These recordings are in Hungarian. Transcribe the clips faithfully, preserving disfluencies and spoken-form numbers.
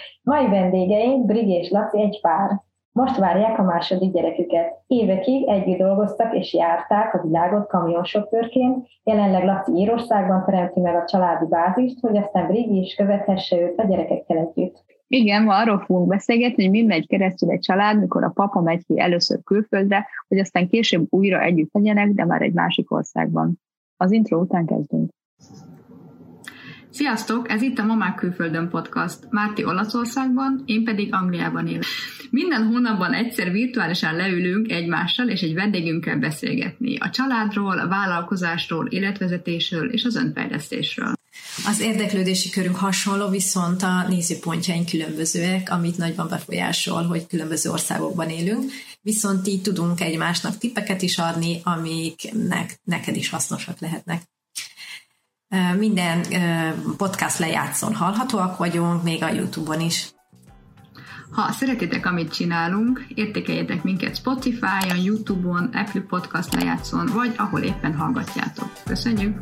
Mai vendégeink Brigi és Laci egy pár. Most várják a második gyereküket. Évekig együtt dolgoztak és járták a világot kamionsofőrként, jelenleg Laci Írországban teremti meg a családi bázist, hogy aztán Brigi is követhesse őt a gyerekekkel együtt. Igen, ma arról fogunk beszélgetni, hogy mi megy keresztül egy család, mikor a papa megy ki először külföldre, hogy aztán később újra együtt legyenek, de már egy másik országban. Az intro után kezdünk. Sziasztok! Ez itt a Mamák Külföldön podcast. Márti Olaszországban, én pedig Angliában élek. Minden hónapban egyszer virtuálisan leülünk egymással és egy vendégünkkel beszélgetni. A családról, a vállalkozásról, életvezetésről és az önfejlesztésről. Az érdeklődési körünk hasonló, viszont a nézőpontjaink különbözőek, amit nagyban befolyásol, hogy különböző országokban élünk, viszont így tudunk egymásnak tippeket is adni, amiknek neked is hasznosak lehetnek. Minden podcast lejátszón hallhatóak vagyunk, még a YouTube-on is. Ha szeretitek, amit csinálunk, értékeljetek minket Spotify-on, YouTube-on, Apple Podcast lejátszón, vagy ahol éppen hallgatjátok. Köszönjük!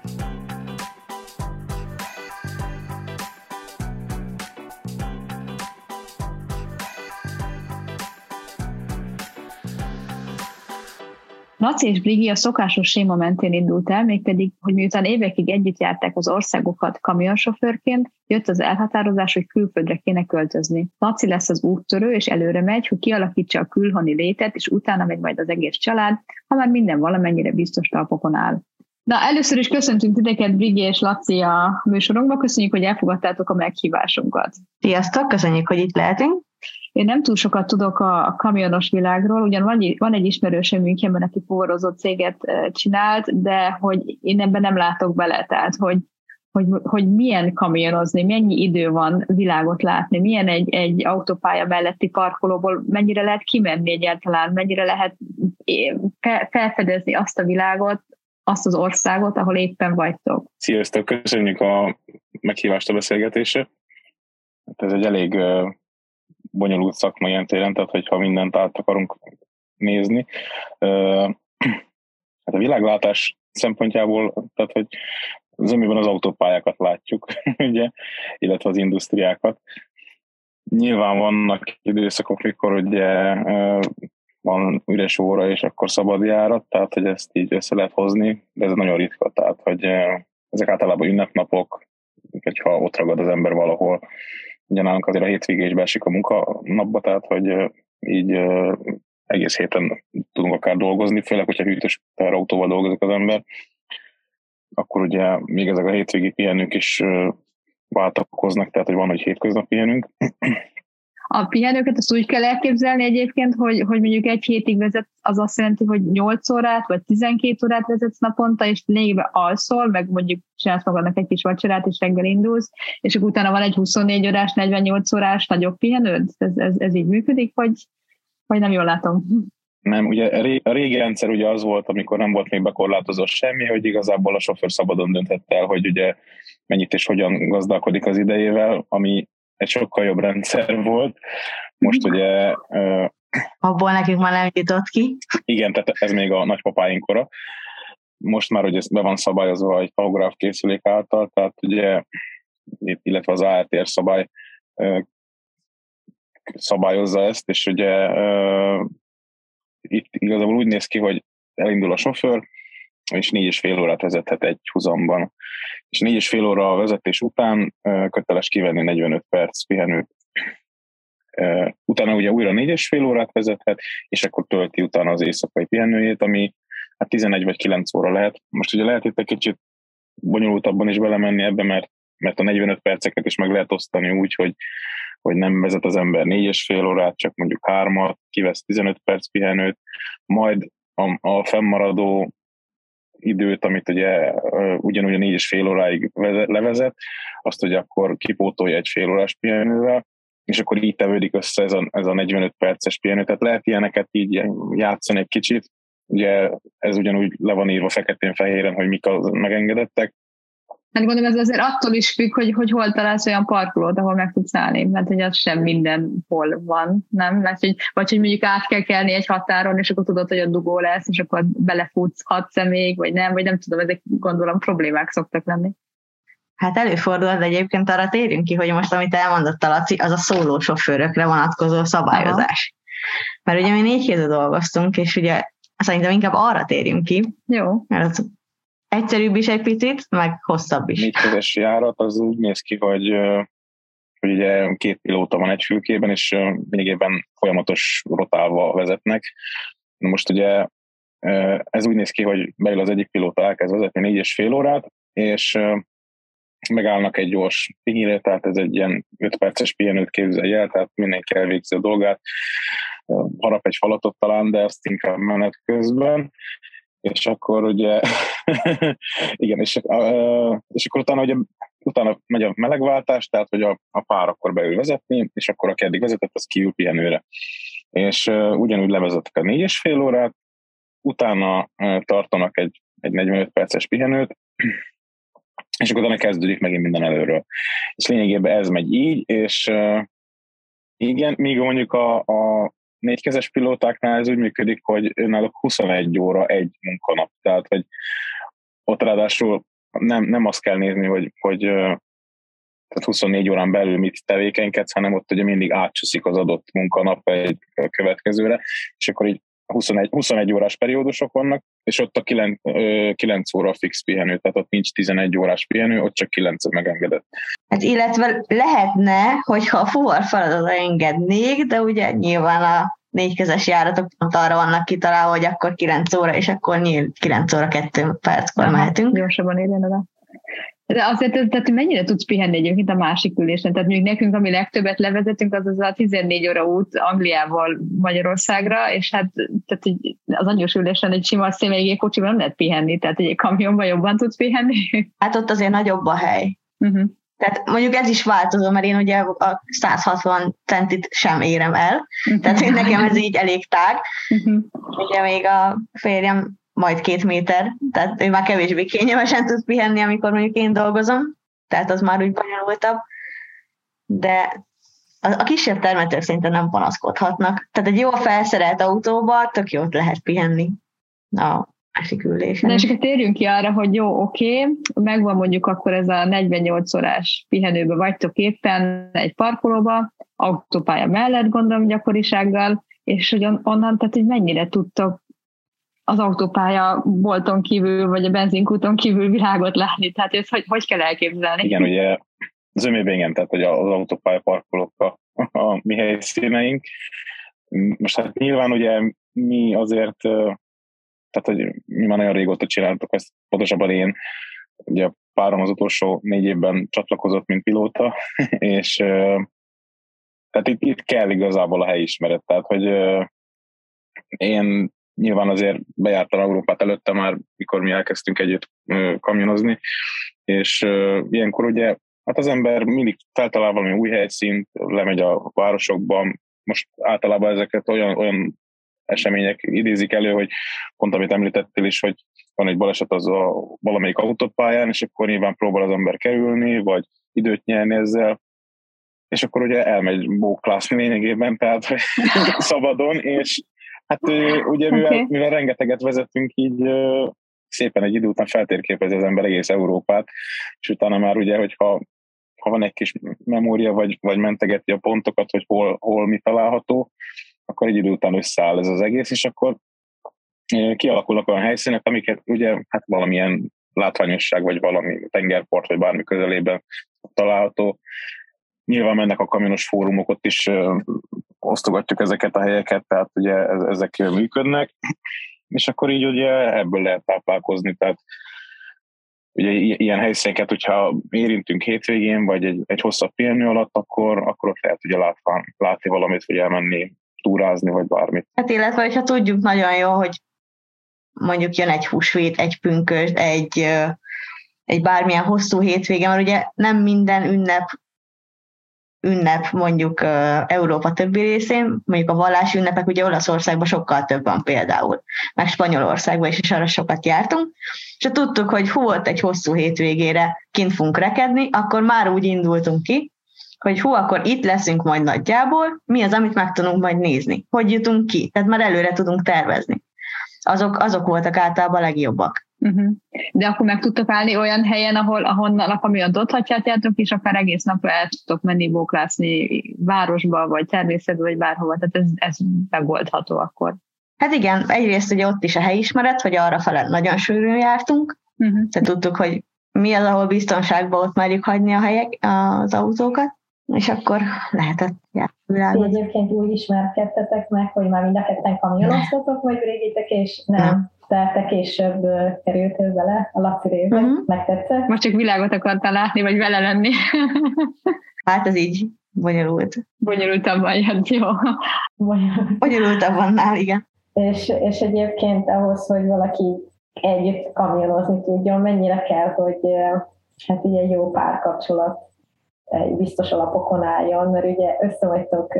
Laci és Brigi a szokásos séma mentén indult el, mégpedig, hogy miután évekig együtt járták az országokat kamionsofőrként, jött az elhatározás, hogy külföldre kéne költözni. Laci lesz az úttörő, és előre megy, hogy kialakítsa a külhoni létet, és utána megy majd az egész család, ha már minden valamennyire biztos talpokon áll. Na, először is köszöntünk titeket, Brigi és Laci a műsorunkba, köszönjük, hogy elfogadtátok a meghívásunkat. Sziasztok, köszönjük, hogy itt lehetünk. Én nem túl sokat tudok a kamionos világról, ugyan van, van egy ismerősöm Münchenben, aki fuvarozó céget csinált, de hogy én ebben nem látok bele, tehát hogy, hogy, hogy milyen kamionozni, mennyi idő van világot látni, milyen egy, egy autópálya melletti parkolóból, mennyire lehet kimenni egyáltalán, mennyire lehet felfedezni azt a világot, azt az országot, ahol éppen vagytok. Sziasztok, köszönjük a meghívást a beszélgetésre. Ez egy elég bonyolult szakma ilyen téren, tehát hogyha mindent át akarunk nézni. Hát a világlátás szempontjából, tehát hogy zömében az autópályákat látjuk, ugye, illetve az industriákat. Nyilván vannak időszakok, mikor ugye van üres óra, és akkor szabad járat, tehát hogy ezt így össze lehet hozni, de ez nagyon ritka, tehát hogy ezek általában ünnepnapok, hogyha ott ragad az ember valahol. Ugye nálunk azért a hétvégé is beesik a munkanapba, tehát hogy így egész héten tudunk akár dolgozni, főleg, hogyha hűtős teherautóval dolgozik az ember, akkor ugye még ezek a hétvégi pihenők is váltakoznak, tehát hogy van, hogy hétköznap pihenünk. A pihenőket azt úgy kell elképzelni egyébként, hogy, hogy mondjuk egy hétig vezet, az azt jelenti, hogy nyolc órát vagy tizenkét órát vezetsz naponta, és lényegében alszol, meg mondjuk csinálsz magadnak egy kis vacsorát, és reggel indulsz, és akkor utána van egy huszonnégy órás, negyvennyolc órás nagyobb pihenőd? Ez, ez, ez így működik, vagy, vagy nem jól látom? Nem, ugye a régi rendszer ugye az volt, amikor nem volt még bekorlátozó semmi, hogy igazából a sofőr szabadon dönthet el, hogy ugye mennyit és hogyan gazdálkodik az idejével, ami egy sokkal jobb rendszer volt. Most ugye... Uh, Abból nekünk már nem jutott ki. Igen, tehát ez még a nagypapáink kora. Most már, hogy ez be van szabályozva egy tahográf készülék által, tehát ugye, illetve az á er té er szabály uh, szabályozza ezt, és ugye uh, itt igazából úgy néz ki, hogy elindul a sofőr, és négy és fél órát vezethet egy huzamban. És négy és fél óra a vezetés után köteles kivenni negyvenöt perc pihenőt. Utána ugye újra négy és fél órát vezethet, és akkor tölti utána az éjszakai pihenőjét, ami hát tizenegy vagy kilenc óra lehet. Most ugye lehet itt egy kicsit bonyolultabban is belemenni ebbe, mert, mert a negyvenöt perceket is meg lehet osztani úgy, hogy, hogy nem vezet az ember négy és fél órát, csak mondjuk hármat, kivesz tizenöt perc pihenőt, majd a, a fennmaradó időt, amit ugye ugyanúgy a négy és fél óráig levezet, azt ugye akkor kipótolja egy fél órás pihenővel, és akkor így tevődik össze ez a, ez a negyvenöt perces pihenő. Tehát lehet ilyeneket így játszani egy kicsit. Ugye ez ugyanúgy le van írva feketén-fehéren, hogy mik az megengedettek. Hát gondolom, ez azért attól is függ, hogy, hogy hol találsz olyan parkolót, ahol meg tudsz állni, mert hogy az sem mindenhol van, nem? Mert, hogy, vagy hogy mondjuk át kell kelni egy határon, és akkor tudod, hogy a dugó lesz, és akkor belefutsz hat személyig, vagy nem, vagy nem tudom, ezek gondolom problémák szoktak lenni. Hát előfordul, de egyébként arra térjünk ki, hogy most, amit elmondott a Laci, az a szóló sofőrökre vonatkozó szabályozás. Aha. Mert ugye mi négy kézzel dolgoztunk, és ugye szerintem inkább arra térjünk ki. Jó. Mert az egyszerűbb is egy picit, meg hosszabb is. Négykezes járat az úgy néz ki, hogy, hogy ugye két pilóta van egy fülkében, és lényegében folyamatos rotálva vezetnek. Most ugye ez úgy néz ki, hogy beül az egyik pilóta, elkezd vezetni négy és fél órát, és megállnak egy gyors pihenőre, tehát ez egy ilyen öt perces pihenőt képzelj el, tehát mindenki elvégzi a dolgát, harap egy falatot talán, de ezt inkább menet közben, és akkor ugye igen, és, és akkor utána ugye utána megy a melegváltás, tehát hogy a, a pár akkor beül vezetni, és akkor aki eddig vezetett, az kiül pihenőre. És ugyanúgy levezetek a négy és fél órát, utána tartanak egy, egy negyvenöt perces pihenőt, és akkor utána kezdődik megint minden előről. És lényegében ez megy így, és uh, igen, míg mondjuk a, a négykezes pilótáknál ez úgy működik, hogy náluk huszonegy óra egy munkanap. Tehát, hogy ott ráadásul nem, nem azt kell nézni, hogy, hogy uh, tehát huszonnégy órán belül mit tevékenykedsz, hanem ott ugye mindig átcsúszik az adott munkanap egy következőre, és akkor így huszonegy, huszonegy órás periódusok vannak, és ott a kilenc óra fix pihenő, tehát ott nincs tizenegy órás pihenő, ott csak kilenc megengedett. Hát illetve lehetne, hogyha a fuvar feladata engednék, de ugye nyilván a négykezes járatok pont arra vannak kitalálva, hogy akkor kilenc óra, és akkor nyílt kilenc óra kettő perckor mehetünk. Gyorsabban érjen oda. De azért, tehát mennyire tudsz pihenni egyébként a másik ülésen? Tehát még nekünk, ami legtöbbet levezetünk, az az a tizennégy óra út Angliából Magyarországra, és hát tehát az anyós ülésen egy sima személyi kocsiban nem lehet pihenni, tehát egy kamionban jobban tudsz pihenni. Hát ott azért nagyobb a hely. Uh-huh. Tehát mondjuk ez is változó, mert én ugye a száz hatvan centit sem érem el, uh-huh. tehát nekem ez így elég tág. Uh-huh. Ugye még a férjem majd két méter, tehát ő már kevésbé kényelmesen tud pihenni, amikor mondjuk én dolgozom, tehát az már úgy bonyolultabb, de a, a kisebb termetők szerintem nem panaszkodhatnak. Tehát egy jól felszerelt autóba tök jót lehet pihenni a másik ülésen. De és akkor térjünk ki arra, hogy jó, oké, okay, megvan mondjuk akkor ez a negyvennyolc órás pihenőbe vagytok éppen egy parkolóba, autópálya mellett gondolom gyakorisággal, és hogy onnan, tehát hogy mennyire tudtok az autópálya bolton kívül, vagy a benzinkúton kívül világot látni. Tehát ezt hogy, hogy kell elképzelni? Igen, ugye zömében igen, tehát hogy az autópálya parkolók a, a mi helyszíneink. Most hát nyilván ugye mi azért, tehát hogy mi már nagyon régóta csináltuk ezt, pontosabban én, ugye a párom az utolsó négy évben csatlakozott, mint pilóta, és tehát itt, itt kell igazából a helyismeret, tehát hogy én nyilván azért bejártam Európát előtte már, mikor mi elkezdtünk együtt kamionozni, és uh, ilyenkor ugye, hát az ember mindig feltalál valami új helyszínt, lemegy a városokban, most általában ezeket olyan, olyan események idézik elő, hogy pont amit említettél is, hogy van egy baleset az a valamelyik autópályán, és akkor nyilván próbál az ember kerülni, vagy időt nyerni ezzel, és akkor ugye elmegy bóklászni lényegében, tehát szabadon, és hát ugye mivel, okay. mivel rengeteget vezetünk, így szépen egy idő után feltérképezi az ember egész Európát, és utána már ugye, hogyha ha van egy kis memória, vagy, vagy mentegeti a pontokat, hogy hol, hol mi található, akkor egy idő után összeáll ez az egész, és akkor kialakulnak olyan helyszínek, amiket ugye hát valamilyen látványosság, vagy valami tengerpart, vagy bármi közelében található. Nyilván mennek a kamionos fórumok, ott is ö, osztogatjuk ezeket a helyeket, tehát ugye ezek működnek, és akkor így ugye ebből lehet táplálkozni, tehát ugye ilyen helyszíneket, hogyha érintünk hétvégén, vagy egy, egy hosszabb pihenő alatt, akkor, akkor ott lehet ugye látni, látni valamit, vagy elmenni túrázni, vagy bármit. Hát illetve, hogyha tudjuk nagyon jó, hogy mondjuk jön egy húsvét, egy pünkösd, egy, egy bármilyen hosszú hétvége, mert ugye nem minden ünnep ünnep mondjuk uh, Európa többi részén, mondjuk a vallási ünnepek ugye Olaszországban sokkal több van például, meg Spanyolországban is, és arra sokat jártunk, és ha tudtuk, hogy hú, ott egy hosszú hétvégére kint fogunk rekedni, akkor már úgy indultunk ki, hogy hú, akkor itt leszünk majd nagyjából, mi az, amit meg tudunk majd nézni, hogy jutunk ki, tehát már előre tudunk tervezni. Azok, azok voltak általában a legjobbak. Uh-huh. De akkor meg tudtok állni olyan helyen, ahol ahonnan a kamiont ott hagyhatjátok, és akár egész napra el tudtok menni bóklászni városba, vagy természetbe, vagy bárhova. Tehát ez, ez megoldható akkor. Hát igen, egyrészt ugye ott is a helyismeret, hogy arra fele nagyon sűrűn jártunk, uh-huh. tehát tudtuk, hogy mi az, ahol biztonságban ott merjük hagyni a helyek, az autókat, és akkor lehetett járni. Egyébként úgy ismerkedtetek meg, hogy már mind a ketten kamionoztatok, vagy régitek, és nem. nem. Tehát te később kerültél vele a Laci részbe, uh-huh. megtetszett? Most csak világot akartál látni, vagy vele lenni? Hát ez így bonyolult. Bonyolultabban jött, jó. Bonyolultabban nál, igen. És, és egyébként ahhoz, hogy valaki együtt kamionozni tudjon, mennyire kell, hogy hát így egy jó párkapcsolat egy biztos alapokon álljon, mert ugye össze vagytok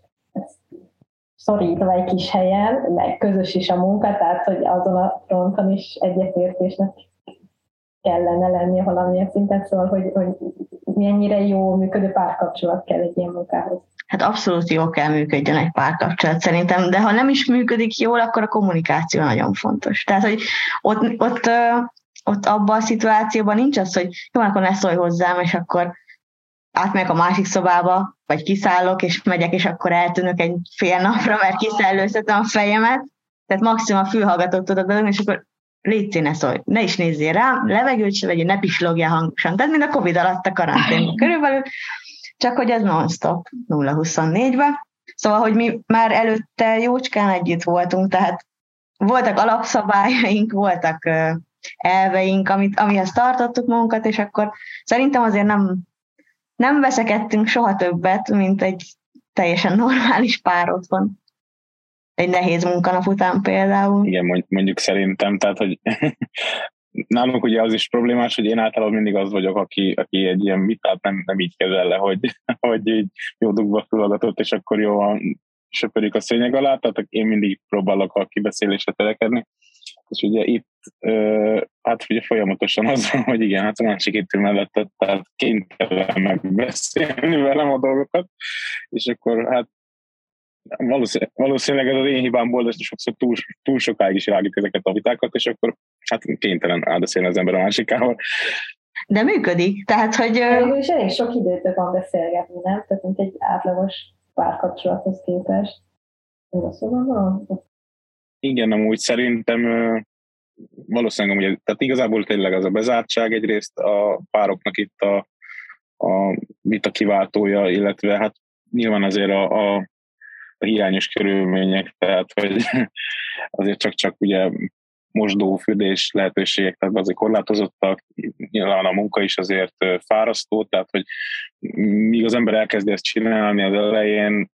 szorítva egy kis helyen, meg közös is a munka, tehát hogy azon a fronton is egyetértésnek kellene lennie valamilyen szinten, szóval, hogy, hogy mennyire jó működő párkapcsolat kell egy ilyen munkához. Hát abszolút jól kell működjön egy párkapcsolat szerintem, de ha nem is működik jól, akkor a kommunikáció nagyon fontos. Tehát, hogy ott, ott, ott abban a szituációban nincs az, hogy jó, akkor ne szólj hozzám, és akkor átmegyek a másik szobába, vagy kiszállok, és megyek, és akkor eltűnök egy fél napra, mert kiszellőztetem a fejemet. Tehát maximum a fülhallgatót tudok bedugni, és akkor légy színe, szólj, ne is nézzél rám, levegőt se vegyél, ne pislogjál hangosan. Tehát mind a Covid alatt a karanténban körülbelül, csak hogy ez non-stop, nulla huszonnégyben. Szóval, hogy mi már előtte jócskán együtt voltunk, tehát voltak alapszabályaink, voltak elveink, amit, amihez tartottuk magunkat, és akkor szerintem azért nem, nem veszekedtünk soha többet, mint egy teljesen normális pár otthon. Egy nehéz munkanap után például. Igen, mondjuk szerintem, tehát, hogy nálunk ugye az is problémás, hogy én általában mindig az vagyok, aki, aki egy ilyen vitát nem, nem így kezel le, hogy, hogy így jó dugva füladatot, és akkor jó söpörjük a szőnyeg alá, tehát én mindig próbálok a kibeszélésre törekedni. És ugye itt, ö, hát ugye folyamatosan az van, hogy igen, hát a másik itt mellett, tehát kénytelen megbeszélni velem a dolgokat, és akkor hát valószínűleg, valószínűleg ez az én hibámból, de sokszor túl, túl sokáig is rágjuk ezeket a vitákat, és akkor hát kénytelen áldeszélni az ember a másikával. De működik, tehát, hogy... És elég sok időtök van beszélgetni, nem? Tehát mint egy átlagos párkapcsolathoz képest. Szóval igen, nem úgy szerintem valószínűleg, ugye, tehát igazából tényleg az a bezártság egyrészt a pároknak itt a, a vita kiváltója, illetve hát nyilván azért a, a, a hiányos körülmények, tehát hogy azért csak-csak ugye mosdó, fürdés lehetőségek, tehát azért korlátozottak, nyilván a munka is azért fárasztó, tehát hogy míg az ember elkezdi ezt csinálni az elején,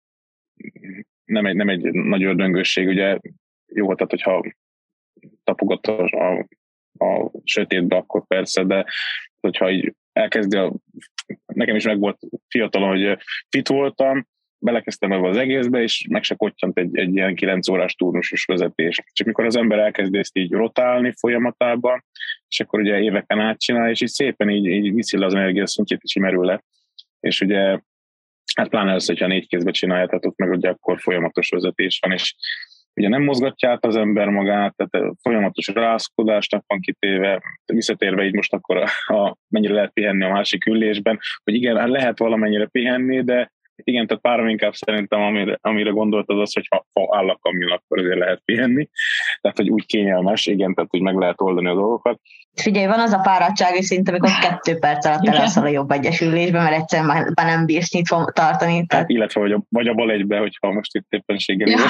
nem egy, nem egy nagy ördöngősség, ugye jó, tehát hogyha tapogat a, a, a sötétbe, akkor persze, de hogyha így elkezdi, a, nekem is meg volt fiatalon, hogy fit voltam, belekezdtem ebbe az egészbe, és meg se kottyant egy, egy ilyen kilenc órás turnusos vezetés. Csak mikor az ember elkezdi ezt így rotálni folyamatában, és akkor ugye éveken átcsinál, és így szépen így, így viszi le az energiaszintjét, és így merül le. És ugye, hát pláne az, hogyha négy kézbe csináljátok meg, ugye akkor folyamatos vezetés van, és ugye nem mozgatja át az ember magát, tehát folyamatos rázkodásnak van kitéve, visszatérve így most akkor a, a, mennyire lehet pihenni a másik ülésben, hogy igen, lehet valamennyire pihenni, de igen, tehát párom inkább szerintem, amire, amire gondolt az az, hogy ha, ha áll a kamion, akkor azért lehet pihenni. Tehát, hogy úgy kényelmes, igen, tehát úgy meg lehet oldani a dolgokat. Figyelj, van az a fáradtsági szint, amikor kettő perc alatt elászol a jobb egyesülésbe, mert egyszerűen már, már nem bírsz nyitva tartani. Tehát... Hát, illetve vagy a, vagy a bal egybe, hogyha most itt éppenséggel ja,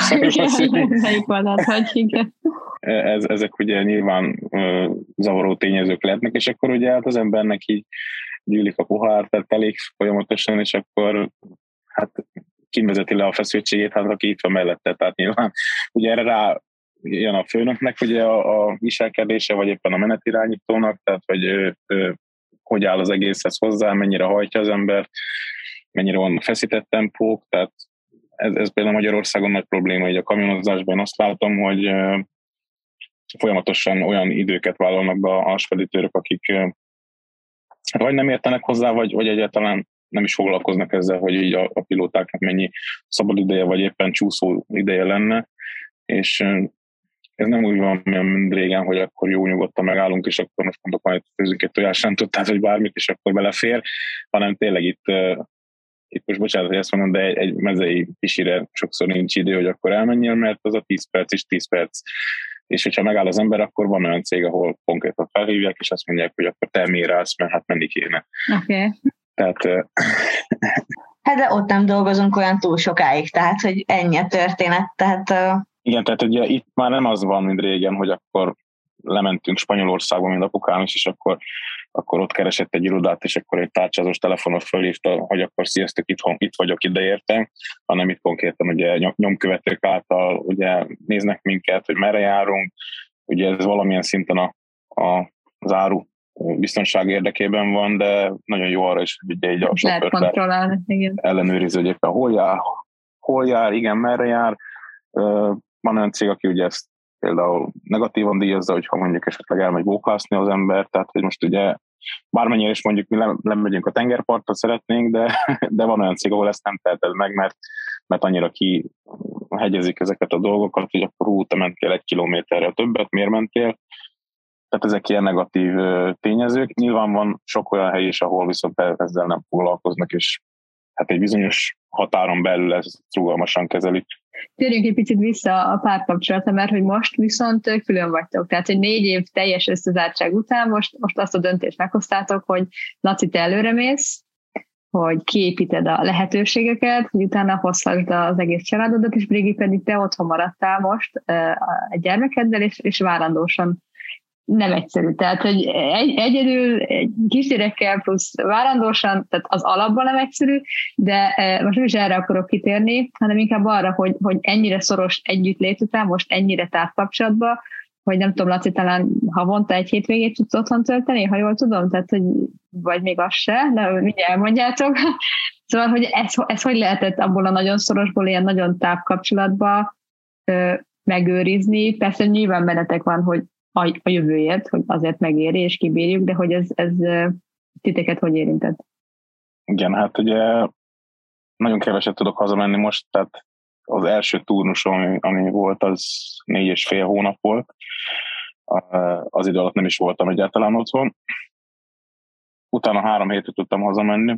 igen. Ez, ezek ugye nyilván uh, zavaró tényezők lehetnek, és akkor ugye hát az embernek így gyűlik a pohár, tehát elég folyamatosan, és akkor hát kivezeti le a feszültségét, hát aki itt van mellette, tehát nyilván ugye erre rá jön a főnöknek ugye a, a viselkedése, vagy éppen a menetirányítónak, tehát hogy ő, ő, hogy áll az egészhez hozzá, mennyire hajtja az ember, mennyire van feszített tempók, tehát ez, ez például Magyarországon nagy probléma, hogy a kamionozásban én azt látom, hogy uh, folyamatosan olyan időket vállalnak be a speditőrök, akik uh, vagy nem értenek hozzá, vagy, vagy egyáltalán nem is foglalkoznak ezzel, hogy így a, a pilótáknak mennyi szabad ideje, vagy éppen csúszó ideje lenne, és ez nem úgy van, mint régen, hogy akkor jó nyugodtan megállunk, és akkor most mondok, majd főzünk egy tojásrántottát, vagy bármit, és akkor belefér, hanem tényleg itt, itt most bocsánat, hogy ezt mondom, de egy, egy mezei pisire sokszor nincs idő, hogy akkor elmenjél, mert az a tíz perc is tíz perc. És hogyha megáll az ember, akkor van olyan cég, ahol konkrétan felhívják, és azt mondják, hogy akkor te miért állsz, mert hát menni kéne. Oké. Okay. Tehát... Hát de ott nem dolgozunk olyan túl sokáig, tehát hogy ennyi a történet. Tehát, uh... Igen, tehát ugye itt már nem az van, mint régen, hogy akkor lementünk Spanyolországba, mint apukám is, és akkor, akkor ott keresett egy irodát, és akkor egy tárcsázós telefonon fölhívta, hogy akkor sziasztok, itt, itt vagyok, ide értem, hanem itt konkrétan ugye nyomkövetők által ugye néznek minket, hogy merre járunk, ugye ez valamilyen szinten a, a, az áru biztonság érdekében van, de nagyon jó arra is, hogy ugye egy a sofőrt ellenőrizni, hogy éppen hol jár, hol jár, igen, merre jár. Van olyan cég, aki ugye ezt például negatívan díjazza, hogyha mondjuk esetleg elmegy bóklászni az ember, tehát hogy most ugye bármennyire is mondjuk mi lemegyünk a tengerpartot szeretnénk, de, de van olyan cég, ahol ezt nem teheted meg, mert, mert annyira kihegyezik ezeket a dolgokat, hogy akkor hú, te mentél egy kilométerrel többet, miért mentél? Tehát ezek ilyen negatív tényezők. Nyilván van sok olyan hely is, ahol viszont ezzel nem foglalkoznak, és hát egy bizonyos határon belül ezt rugalmasan kezelik. Térjünk egy picit vissza a párkapcsolatra, mert hogy most viszont külön vagytok. Tehát, hogy négy év teljes összezártság után most, most azt a döntést meghoztátok, hogy Laci, te előre mész, hogy kiépíted a lehetőségeket, hogy utána hozhatod az egész családodat, és Brigi pedig te otthon maradtál most egy gyermekeddel, és, és várandósan nem egyszerű. Tehát, hogy egy, egyedül egy kisgyerekkel plusz várandósan, tehát az alapban nem egyszerű, de most nem is erre akarok kitérni, hanem inkább arra, hogy, hogy ennyire szoros együttlét után, most ennyire távkapcsolatban, hogy nem tudom, Laci, talán havonta egy hétvégét tudsz otthon tölteni, ha jól tudom, tehát, hogy vagy még az se, de mindjárt elmondjátok. Szóval, hogy ez, ez hogy lehetett abból a nagyon szorosból, ilyen nagyon távkapcsolatba ö, megőrizni? Persze nyilván bennetek van, hogy a, a jövőért, hogy azért megéri és kibírjuk, de hogy ez, ez titeket hogy érintett? Igen, hát ugye nagyon keveset tudok hazamenni most, tehát az első turnusom, ami, ami volt, az négy és fél hónap volt. Az idő alatt nem is voltam egyáltalán otthon. Utána három hétre tudtam hazamenni.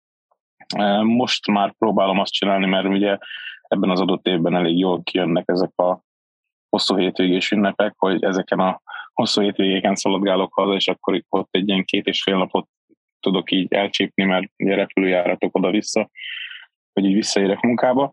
Most már próbálom azt csinálni, mert ugye ebben az adott évben elég jól kijönnek ezek a hosszú hétvégés ünnepek, hogy ezeken a hosszú hétvégéken szaladgálok haza, és akkor ott egy ilyen két és fél napot tudok így elcsípni, mert ugye repülőjáratok oda-vissza, hogy így visszaérek munkába.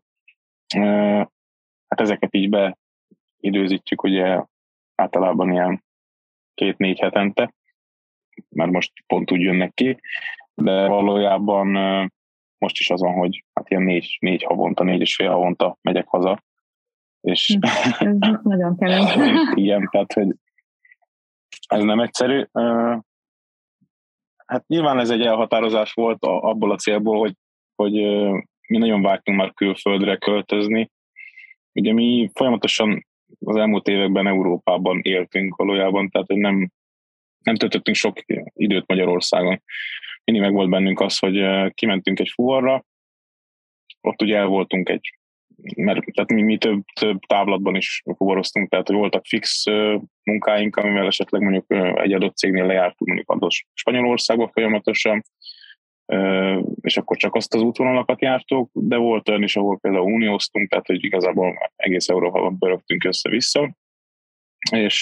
Hát ezeket így beidőzítjük ugye általában ilyen két-négy hetente, mert most pont úgy jönnek ki, de valójában most is az van, hogy hát ilyen négy, négy havonta, négy és fél havonta megyek haza, és ez nagyon kemény. Igen, tehát, hogy ez nem egyszerű. Hát nyilván ez egy elhatározás volt abból a célból, hogy, hogy mi nagyon vágytunk már külföldre költözni. Ugye mi folyamatosan az elmúlt években Európában éltünk valójában, tehát hogy nem, nem töltöttünk sok időt Magyarországon. Mindig meg volt bennünk az, hogy kimentünk egy fuvarra, ott ugye el voltunk egy, mert tehát mi, mi több, több távlatban is fuvaroztunk, tehát hogy voltak fix munkáink, amivel esetleg mondjuk egy adott cégnél lejártunk mondjuk adott Spanyolországba folyamatosan, és akkor csak azt az útvonalakat jártuk, de volt olyan is, ahol például unióztunk, tehát hogy igazából egész Európában börögtünk össze-vissza, és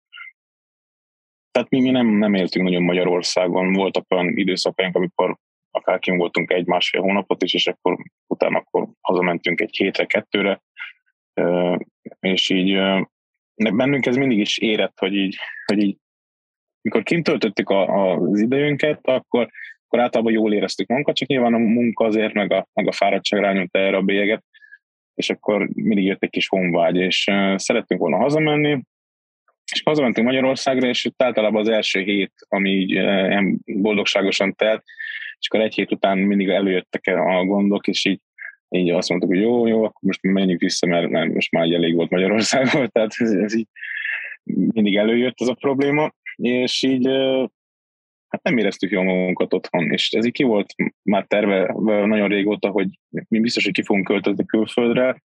tehát mi, mi nem, nem éltünk nagyon Magyarországon, voltak olyan időszakaink, amikor akár kim voltunk egy-másfél hónapot is, és akkor utána akkor hazamentünk egy hétre, kettőre, és így bennünk ez mindig is érett, hogy így, hogy így mikor kint töltöttük a, az idejünket, akkor, akkor általában jól éreztük magunkat, csak nyilván a munka azért, meg a, meg a fáradtság rányomta erre a bélyeget, és akkor mindig jött egy kis honvágy, és szerettünk volna hazamenni, és hazamentünk Magyarországra, és itt általában az első hét, ami így ilyen boldogságosan telt, és akkor egy hét után mindig előjöttek a gondok, és így, így azt mondtuk, hogy jó, jó, akkor most menjünk vissza, mert, mert most már elég volt Magyarországon, tehát ez, ez így mindig előjött ez a probléma, és így hát nem éreztük jól magunkat otthon, és ez így ki volt már terve nagyon régóta, hogy mi biztos, hogy ki fogunk költözni külföldre,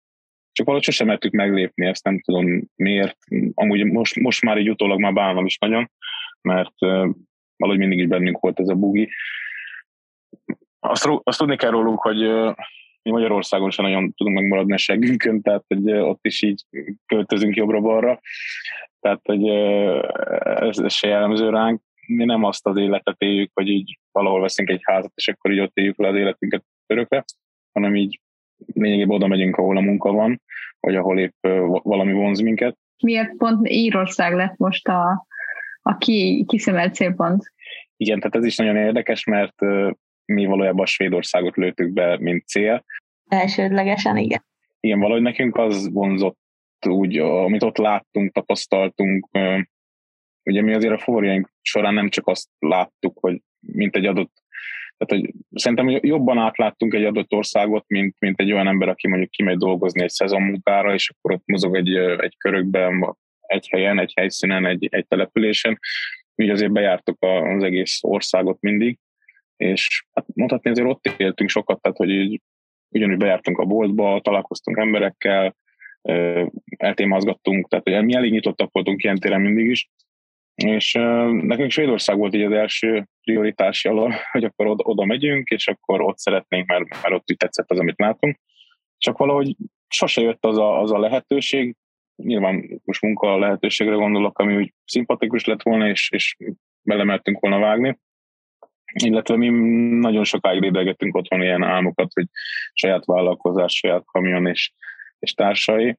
csak valahogy sosem mertük meglépni, ezt nem tudom miért. Amúgy most, most már így utólag már bánom is nagyon, mert valahogy mindig is bennünk volt ez a bugi. Azt, azt tudni kell rólunk, hogy mi Magyarországon sem nagyon tudunk megmaradni a seggünkön, tehát hogy ott is így költözünk jobbra-balra, tehát hogy ez, ez se jellemző ránk. Mi nem azt az életet éljük, hogy így valahol veszünk egy házat, és akkor így ott éljük le az életünket örökre, hanem így lényegében oda megyünk, ahol a munka van, vagy ahol épp valami vonz minket. Miért pont Írország lett most a, a ki, kiszemelt célpont? Igen, tehát ez is nagyon érdekes, mert mi valójában a Svédországot lőttük be, mint cél. Elsődlegesen, igen. Igen, valahogy nekünk az vonzott úgy, amit ott láttunk, tapasztaltunk. Ugye mi azért a forjaink során nem csak azt láttuk, hogy mint egy adott, tehát hogy szerintem jobban átláttunk egy adott országot, mint, mint egy olyan ember, aki mondjuk kimegy dolgozni egy szezonmunkára, és akkor ott mozog egy, egy körökben, egy helyen, egy helyszínen, egy, egy településen. Mi azért bejártuk az egész országot mindig, és hát mondhatni azért ott éltünk sokat, tehát hogy így ugyanúgy bejártunk a boltba, találkoztunk emberekkel, eltémázgattunk, tehát hogy mi elég nyitottak voltunk ilyen téren mindig is, és nekünk Svédország volt így az első prioritási alól, hogy akkor oda, oda megyünk, és akkor ott szeretnénk, mert, mert ott úgy tetszett az, amit látunk. Csak valahogy sose jött az a, az a lehetőség, nyilván most munka lehetőségre gondolok, ami úgy szimpatikus lett volna, és, és belemertünk volna vágni. Illetve mi nagyon sokáig lédelgettünk otthon ilyen álmokat, hogy saját vállalkozás, saját kamion és, és társai.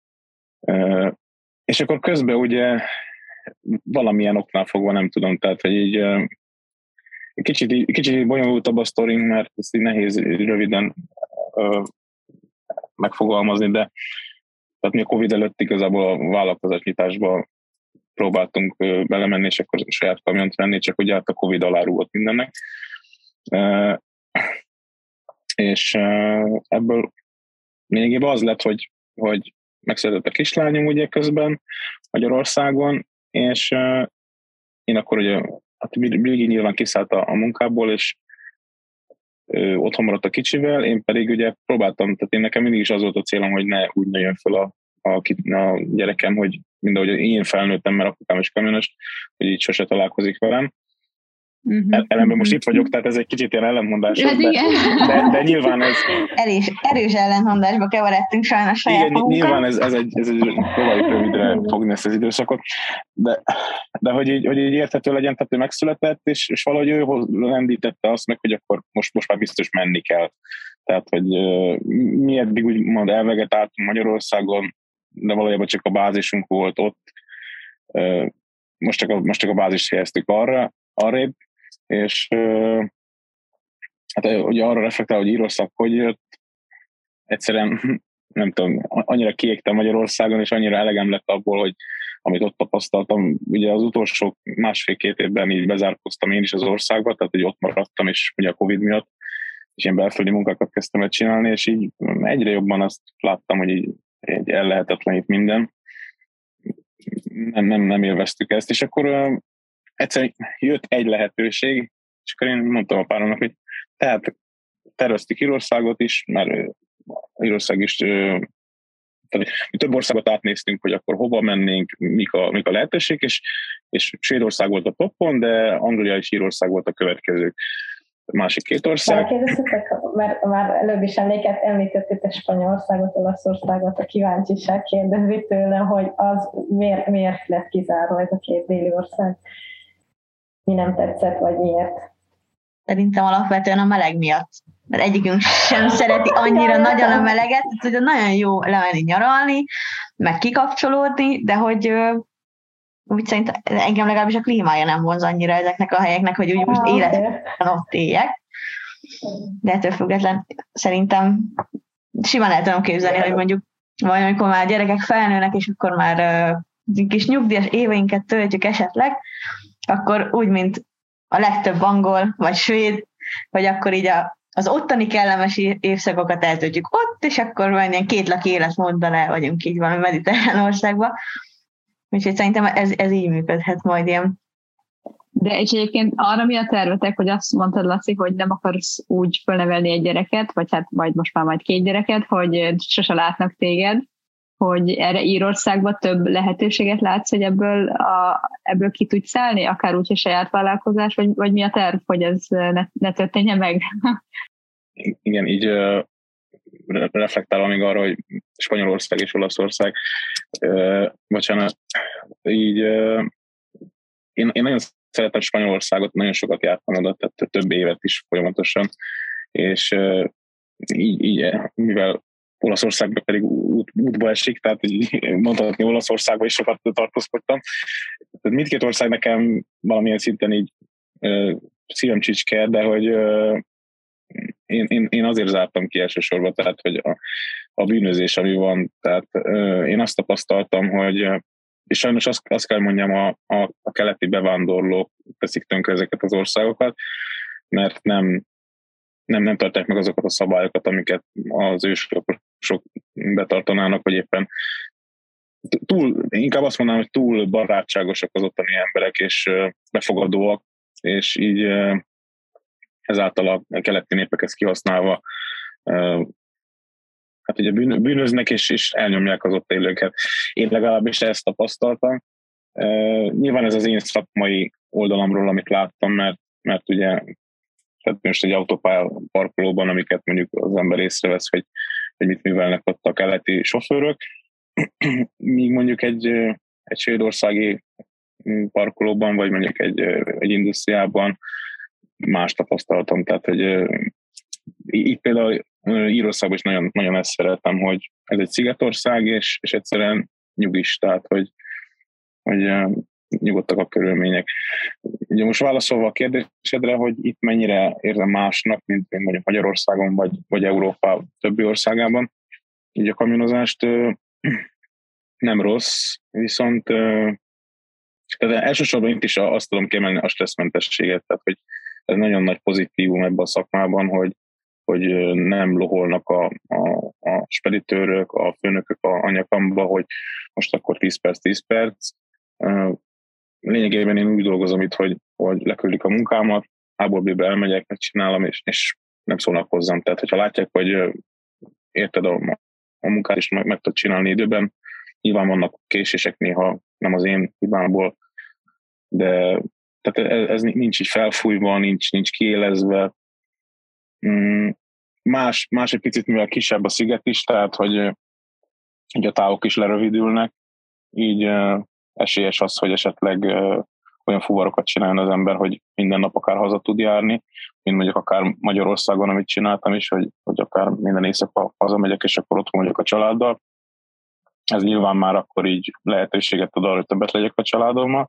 És akkor közben ugye valamilyen oknál fogva nem tudom, tehát hogy így kicsit, kicsit bonyolultabb a sztorink, mert ezt így nehéz röviden megfogalmazni, de tehát mi a Covid előtt igazából a vállalkozásnyitásba próbáltunk belemenni, és akkor saját kamiont venni, csak ugye hát a Covid alárúgott mindennek. És ebből lényegében az lett, hogy, hogy megszületett a kislányom ugye közben Magyarországon, és én akkor ugye, hát Brigi nyilván kiszállt a, a munkából, és otthon maradt a kicsivel, én pedig ugye próbáltam, tehát én nekem mindig is az volt a célom, hogy ne úgy nőjön föl a, a, a gyerekem, hogy mindahogy én felnőttem, mert apukám is kamionos, hogy így sose találkozik velem. Uh-huh. Ellenben most itt vagyok, tehát ez egy kicsit ilyen ellentmondásos, de, de, de nyilván ez... Erős, erős ellentmondásba keveredtünk sajnos saját igen, magunkat. Nyilván ez, ez egy, ez egy próbáljuk rövidre fogni ezt az időszakot, de, de hogy, így, hogy így érthető legyen, tehát ő megszületett, és, és valahogy ő lendítette azt meg, hogy akkor most, most már biztos menni kell. Tehát, hogy uh, mi eddig úgymond elvegetáltunk Magyarországon, de valójában csak a bázisunk volt ott. Uh, most, csak a, most csak a bázist helyeztük arra, arrébb, és uh, hát ugye arra reflektál, hogy Írország hogy jött, egyszerűen nem tudom, annyira kiégtem Magyarországon, és annyira elegem lett abból, hogy amit ott tapasztaltam, ugye az utolsó másfél-két évben így bezárkoztam én is az országba, tehát hogy ott maradtam, és ugye a Covid miatt, és ilyen belföldi munkákat kezdtem el csinálni, és így egyre jobban azt láttam, hogy így, így ellehetetlenít minden. Nem, nem, nem élveztük ezt, és akkor uh, egyszerűen jött egy lehetőség, és akkor én mondtam a páromnak, hogy tehát terveztük Írországot is, mert Írország is, tehát mi több országot átnéztünk, hogy akkor hova mennénk, mik a, mik a lehetőség, és, és Svédország volt a toppon, de Anglia és Írország volt a következő másik két ország. Elkérdeztetek, mert már előbb is emléket, említettétek Spanyolországot, Olaszországot, a kíváncsiság kérdezi tőle, hogy az miért, miért lett kizárva ez a két déli ország? Mi nem tetszett, vagy miért? Szerintem alapvetően a meleg miatt. Mert egyikünk sem szereti annyira nagyon a meleget, hogy nagyon jó lemenni nyaralni, meg kikapcsolódni, de hogy úgy szerintem engem legalábbis a klímája nem vonz annyira ezeknek a helyeknek, hogy úgy most életben ott éljek. De ettől független szerintem simán el tudom képzelni, hogy mondjuk vagy amikor már gyerekek felnőnek, és akkor már uh, kis nyugdíjas éveinket töltjük esetleg, akkor úgy, mint a legtöbb angol vagy svéd, vagy akkor így a, az ottani kellemes évszakokat eltöltjük ott, és akkor majd ilyen két laki életmóddal el vagyunk így valami mediterrán országban. Úgyhogy szerintem ez, ez így működhet majd ilyen De és egyébként arra mi a tervetek, hogy azt mondtad, Laci, hogy nem akarsz úgy fölnevelni egy gyereket, vagy hát majd most már majd két gyereket, hogy sose látnak téged, hogy erre Írországban több lehetőséget látsz, hogy ebből, a, ebből ki tudsz szállni, akár úgy, hogy saját vállalkozás, vagy, vagy mi a terv, hogy ez ne, ne történjen meg? Igen, így uh, reflektálom még arra, hogy Spanyolország és Olaszország, uh, bocsánat, így uh, én, én nagyon szeretem Spanyolországot, nagyon sokat jártam oda, tehát több évet is folyamatosan, és uh, így, így, mivel Olaszországban pedig út, útba esik, tehát így mondhatni Olaszországban is sokat tartózkodtam. Tehát mindkét ország nekem valamilyen szinten így uh, szívemcsicske, de hogy uh, én, én, én azért zártam ki elsősorban, tehát hogy a, a bűnözés, ami van, tehát uh, én azt tapasztaltam, hogy uh, és sajnos azt, azt kell mondjam, a, a, a keleti bevándorlók teszik tönkre ezeket az országokat, mert nem Nem, nem tartják meg azokat a szabályokat, amiket az őslakosok betartanának, vagy éppen túl, inkább azt mondanám, hogy túl barátságosak az ottani emberek, és befogadóak, és így ezáltal a keleti népek ezt kihasználva hát ugye bűnöznek, és, és elnyomják az ott élőket. Én legalábbis ezt tapasztaltam. Nyilván ez az én szakmai oldalamról, amit láttam, mert, mert ugye tehát most egy autópálya parkolóban, amiket mondjuk az ember észrevesz, hogy, hogy mit művelnek ott a keleti sofőrök, míg mondjuk egy, egy svédországi parkolóban, vagy mondjuk egy, egy industriában más tapasztalatom. Tehát, hogy itt például Írországban is nagyon, nagyon ezt szeretem, hogy ez egy szigetország, és, és egyszerűen nyugis, tehát, hogy, hogy nyugodtak a körülmények. Ugye most válaszolva a kérdésedre, hogy itt mennyire érzem másnak, mint, mint mondjuk Magyarországon, vagy, vagy Európa többi országában. Így a kamionozást nem rossz, viszont tehát elsősorban itt is azt tudom kiemelni a stresszmentességet, tehát hogy ez nagyon nagy pozitívum ebben a szakmában, hogy, hogy nem loholnak a, a, a speditőrök, a főnökök a anyakamba, hogy most akkor tíz perc, tíz perc. Lényegében én úgy dolgozom itt, hogy, hogy leküldik a munkámat, A-ból B-be elmegyek, megcsinálom, és, és nem szólnak hozzám. Tehát, hogyha látják, hogy érted a, a munkát, és meg, meg tudod csinálni időben, nyilván vannak késések néha, nem az én hibámból, de tehát ez, ez nincs így felfújva, nincs, nincs kiélezve. Más, más egy picit, mivel kisebb a sziget is, tehát, hogy, hogy a távok is lerövidülnek, így esélyes az, hogy esetleg olyan fuvarokat csináljon az ember, hogy minden nap akár haza tud járni, mint mondjuk akár Magyarországon, amit csináltam is, hogy, hogy akár minden éjszaka hazamegyek, és akkor otthon vagyok a családdal. Ez nyilván már akkor így lehetőséget ad arra, hogy többet legyek a családommal.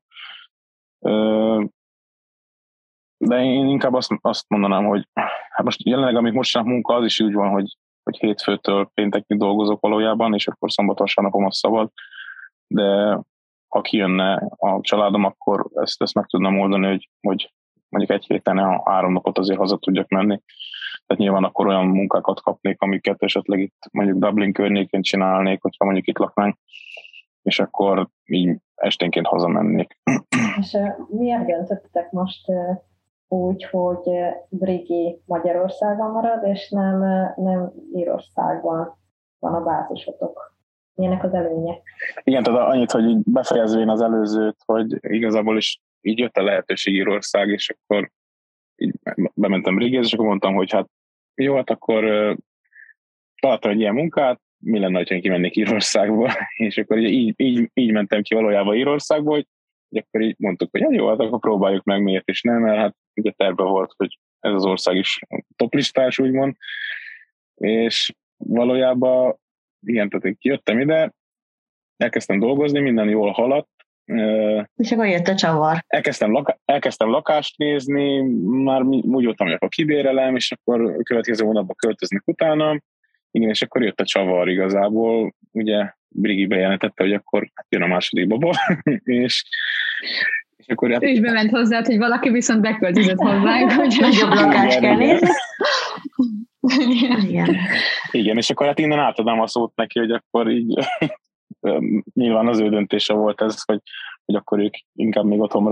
De én inkább azt, azt mondanám, hogy hát most jelenleg, amit most csinálok munka, az is úgy van, hogy, hogy hétfőtől péntekig dolgozok valójában, és akkor szombat-vasárnapom az szabad. De ha kijönne a családom, akkor ezt, ezt meg tudnám oldani, hogy, hogy mondjuk egy héten a három napot azért haza tudjak menni. Tehát nyilván akkor olyan munkákat kapnék, amiket esetleg itt mondjuk Dublin környékén csinálnék, hogyha mondjuk itt laknánk, és akkor így esténként hazamennék. És uh, miért döntöttetek most uh, úgy, hogy uh, Brigi Magyarországon marad, és nem, uh, nem Írországban van a bázisotok? Milyenek az előnye? Igen, tehát annyit, hogy így befejezvén az előzőt, hogy igazából is így jött a lehetőség Írország, és akkor így bementem Brigéhez, és akkor mondtam, hogy hát jó, hát akkor uh, találtam egy ilyen munkát, mi lenne, ha kimennék Írországba, és akkor így, így, így mentem ki valójában Írországba, hogy, hogy akkor így mondtuk, hogy hát jó, hát akkor próbáljuk meg, miért is nem, mert hát ugye terve volt, hogy ez az ország is toplistás, úgymond, és valójában igen, tehát én kijöttem ide, elkezdtem dolgozni, minden jól haladt. És akkor jött a csavar. Elkezdtem, laka- elkezdtem lakást nézni, már úgy voltam, hogy akkor kibérelem, és akkor a következő hónapban költöznek utána. Igen, és akkor jött a csavar igazából. Ugye Brigi bejelentette, hogy akkor hát jön a második baba, és, és akkor... Hát, ő is bement hozzá, hogy valaki viszont beköltözött hozzánk. Nagyobb lakást kell nézni. Igen. Igen, és akkor hát innen átadám a szót neki, hogy akkor így nyilván az ő döntése volt ez, hogy, hogy akkor ők inkább még otthon maradnak.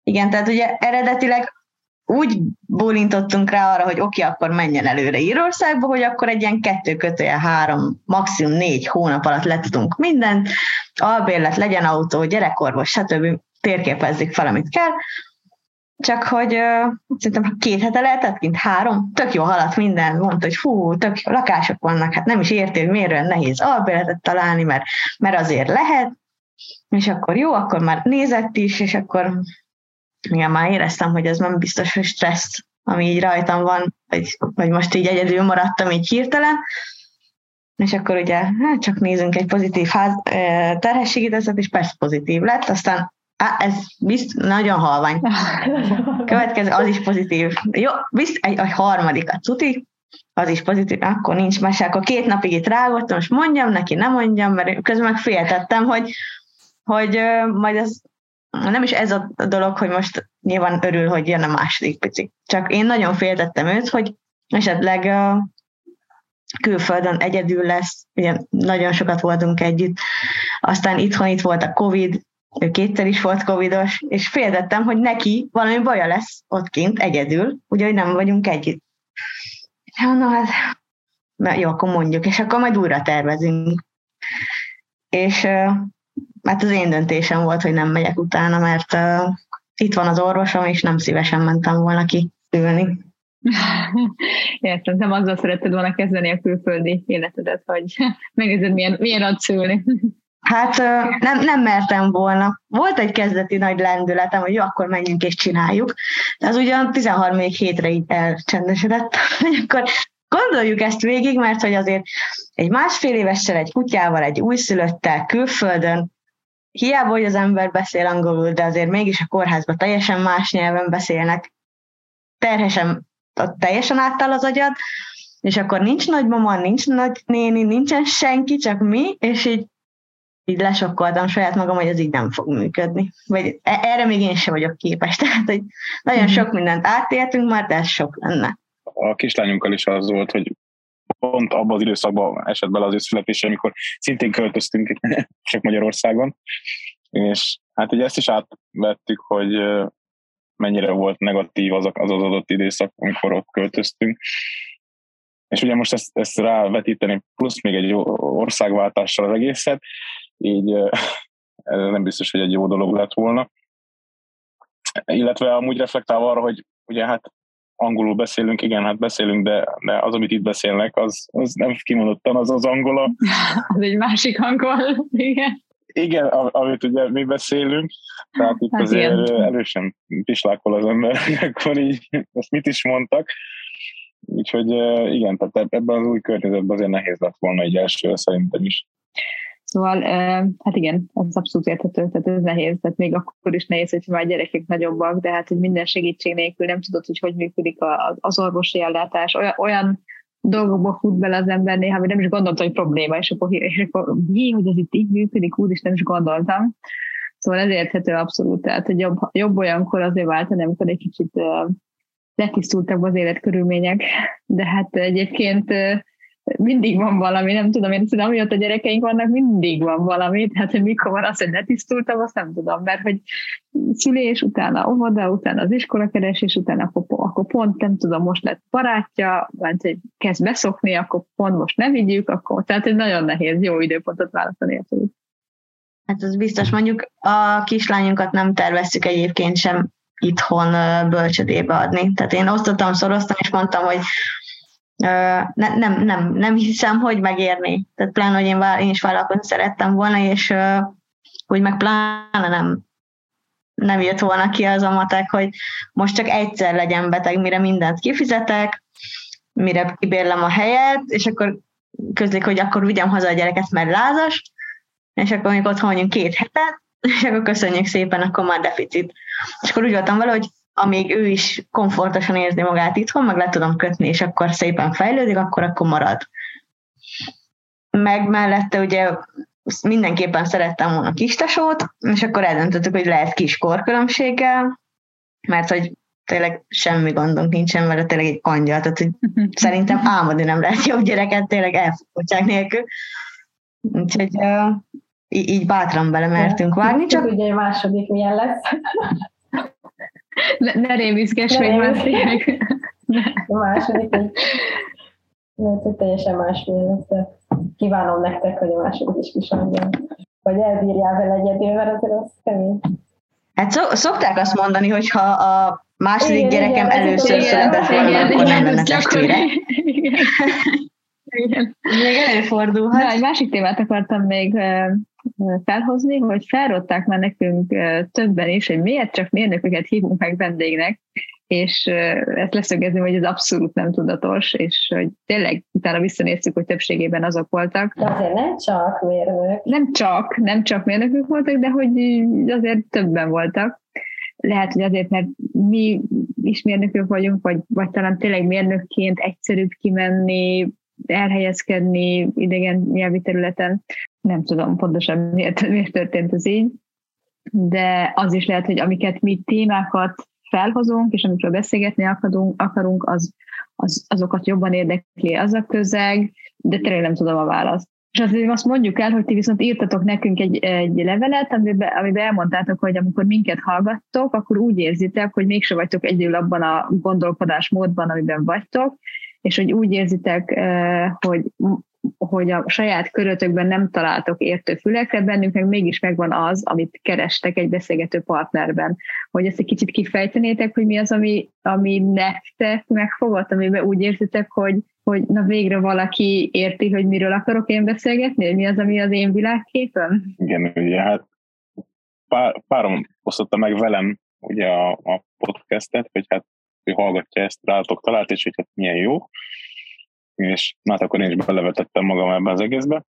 Igen, tehát ugye eredetileg úgy bólintottunk rá arra, hogy oké, okay, akkor menjen előre Írországba, hogy akkor egy ilyen kettő kötője három, maximum négy hónap alatt le tudunk mindent, albérlet, legyen autó, gyerekorvos, stb. Térképezzük fel, amit kell, csak hogy uh, szerintem két hete lehetett, kint három, tök jó haladt minden, mondta, hogy fú, tök jó lakások vannak, hát nem is érti, hogy miért olyan nehéz albérletet találni, mert, mert azért lehet, és akkor jó, akkor már nézett is, és akkor igen, már éreztem, hogy ez nem biztos, hogy stressz, ami így rajtam van, vagy, vagy most így egyedül maradtam így hirtelen, és akkor ugye hát csak nézünk egy pozitív ház, terhességidőzet, és persze pozitív lett, aztán á, ez bizt, nagyon halvány. Következő, az is pozitív. Jó, bizt, egy, egy harmadik a cuti, az is pozitív, akkor nincs mese, akkor két napig itt rágottam, most mondjam neki, nem mondjam, mert közben meg féltettem, hogy, hogy majd ez nem is ez a dolog, hogy most nyilván örül, hogy jön a második pici. Csak én nagyon féltettem őt, hogy esetleg uh, külföldön egyedül lesz, ugye nagyon sokat voltunk együtt, aztán itthon itt volt a Covid, ő kétszer is volt covidos, és féltettem, hogy neki valami baja lesz ott kint egyedül, ugye, hogy nem vagyunk együtt. Ja, na hát, na, jó, akkor mondjuk, és akkor majd újra tervezünk. És uh, hát az én döntésem volt, hogy nem megyek utána, mert uh, itt van az orvosom, és nem szívesen mentem volna ki ülni. Értem, nem azzal szeretted volna kezdeni a külföldi életedet, hogy megnézed, milyen, milyen ad szülni. Hát uh, nem, nem mertem volna. Volt egy kezdeti nagy lendületem, hogy jó, akkor menjünk és csináljuk, de az ugyan tizenharmadik hétre így elcsendesedett, hogy akkor gondoljuk ezt végig, mert hogy azért egy másfél évessel, egy kutyával, egy újszülöttel külföldön, hiába, hogy az ember beszél angolul, de azért mégis a kórházban teljesen más nyelven beszélnek, terhesen, teljesen átáll az agyad, és akkor nincs nagymama, nincs nagynéni, nincsen senki, csak mi, és így, így lesokkoltam saját magam, hogy ez így nem fog működni. Vagy erre még én sem vagyok képes. Tehát, hogy nagyon sok mindent átéltünk már, de ez sok lenne. A kislányunkkal is az volt, hogy pont abban az időszakban esett bele az ő születése, amikor szintén költöztünk csak Magyarországon, és hát ugye ezt is átvettük, hogy mennyire volt negatív az az, az adott időszak, amikor ott költöztünk. És ugye most ezt, ezt rávetíteni, plusz még egy országváltással az egészet, így ez nem biztos, hogy egy jó dolog lett volna. Illetve amúgy reflektálva arra, hogy ugye hát angolul beszélünk, igen, hát beszélünk, de, de az, amit itt beszélnek, az, az nem kimondottan az az angola. Az egy másik angol, igen. Igen, amit ugye mi beszélünk, tehát itt hát azért igen. Elősen pislákol az ember, akkor így ezt mit is mondtak. Úgyhogy igen, tehát ebben az új környezetben azért nehéz lett volna egy elsőre szerintem is. Szóval, hát igen, ez abszolút érthető, tehát ez nehéz, tehát még akkor is nehéz, hogy már gyerekek nagyobbak, de hát, hogy minden segítség nélkül nem tudod, hogy hogy működik az orvosi ellátás, olyan, olyan dolgokba fut bele az ember néha, hogy nem is gondoltam, hogy probléma, és akkor, és akkor jé, hogy ez itt így működik, úgy is nem is gondoltam. Szóval ez érthető abszolút, tehát hogy jobb, jobb olyankor azért váltani, amikor egy kicsit uh, letisztultabb az életkörülmények, de hát egyébként uh, mindig van valami, nem tudom, én tudom, amiatt a gyerekeink vannak, mindig van valami, tehát hogy mikor van az, hogy letisztultam, azt nem tudom, mert hogy szülés, utána óvoda, utána az iskolakeresés, utána akkor, akkor pont, nem tudom, most lett barátja, vagy hogy kezd beszokni, akkor pont most ne vigyük, akkor, tehát egy nagyon nehéz, jó időpontot választani. Hát az biztos, mondjuk a kislányunkat nem terveztük egyébként sem itthon bölcsödébe adni. Tehát én osztottam, szoroztam, és mondtam, hogy Uh, ne, nem, nem, nem hiszem, hogy megérni. Tehát pláne, hogy én, vál, én is vállalkozni szerettem volna, és uh, hogy meg pláne nem, nem jött volna ki az a matek, hogy most csak egyszer legyen beteg, mire mindent kifizetek, mire kibérlem a helyet, és akkor közlik, hogy akkor vigyem haza a gyereket, mert lázas, és akkor még otthon vagyunk két hetet, és akkor köszönjük szépen, akkor már deficit. És akkor úgy voltam vele, hogy amíg ő is komfortosan érzi magát itthon, meg le tudom kötni, és akkor szépen fejlődik, akkor akkor marad. Meg mellette ugye mindenképpen szerettem volna kistesót, és akkor eldöntöttük, hogy lehet kis korkülönbséggel, mert hogy tényleg semmi gondunk nincsen vele, tényleg egy angyal, tehát hogy szerintem álmodni nem lehet jobb gyereket, tényleg elfogottság nélkül. Úgyhogy uh, így bátran belemertünk vágni. Csak ugye a második milyen lesz. Ne, ne rémiszkes, hogy már tényleg. A második, hogy lehet, hogy teljesen másfél lesz. Kívánom nektek, hogy a második is kisandjon. Vagy elbírjál vele egyedül, mert azért az kemény. Hát szok, szokták azt mondani, hogy ha a második igen, gyerekem igen, először igen, született volna, igen, akkor igen, nem lenne ez testvére. Igen. Igen. Még előfordulhat. Na, egy másik témát akartam még felhozni, hogy felrották már nekünk többen is, hogy miért csak mérnököket hívunk meg vendégnek, és ezt leszögezném, hogy ez abszolút nem tudatos, és hogy tényleg utána visszanéztük, hogy többségében azok voltak. De azért nem csak mérnök. Nem csak, nem csak mérnökök voltak, de hogy azért többen voltak. Lehet, hogy azért, mert mi is mérnökök vagyunk, vagy, vagy talán tényleg mérnökként egyszerűbb kimenni, elhelyezkedni idegen nyelvi területen. Nem tudom pontosan miért, miért történt ez így, de az is lehet, hogy amiket mi témákat felhozunk, és amikről beszélgetni akarunk, akarunk az, az, azokat jobban érdekli az a közeg, de tényleg nem tudom a választ. És azért azt mondjuk el, hogy ti viszont írtatok nekünk egy, egy levelet, amiben, amiben elmondtátok, hogy amikor minket hallgattok, akkor úgy érzitek, hogy mégse vagytok egyedül abban a gondolkodásmódban, amiben vagytok, és hogy úgy érzitek, hogy, hogy a saját körötökben nem találtok értő fülekre, bennünk meg mégis megvan az, amit kerestek egy beszélgető partnerben. Hogy ezt egy kicsit kifejtenétek, hogy mi az, ami, ami nektek megfogott, amiben úgy érzitek, hogy, hogy na végre valaki érti, hogy miről akarok én beszélgetni, hogy mi az, ami az én világképem? Igen, ugye hát pár, párom osztotta meg velem ugye a, a podcastet, hogy hát ő hallgatja ezt, rátok talált, és hogy hát milyen jó. És na hát akkor én is belevetettem magam ebbe az egészbe.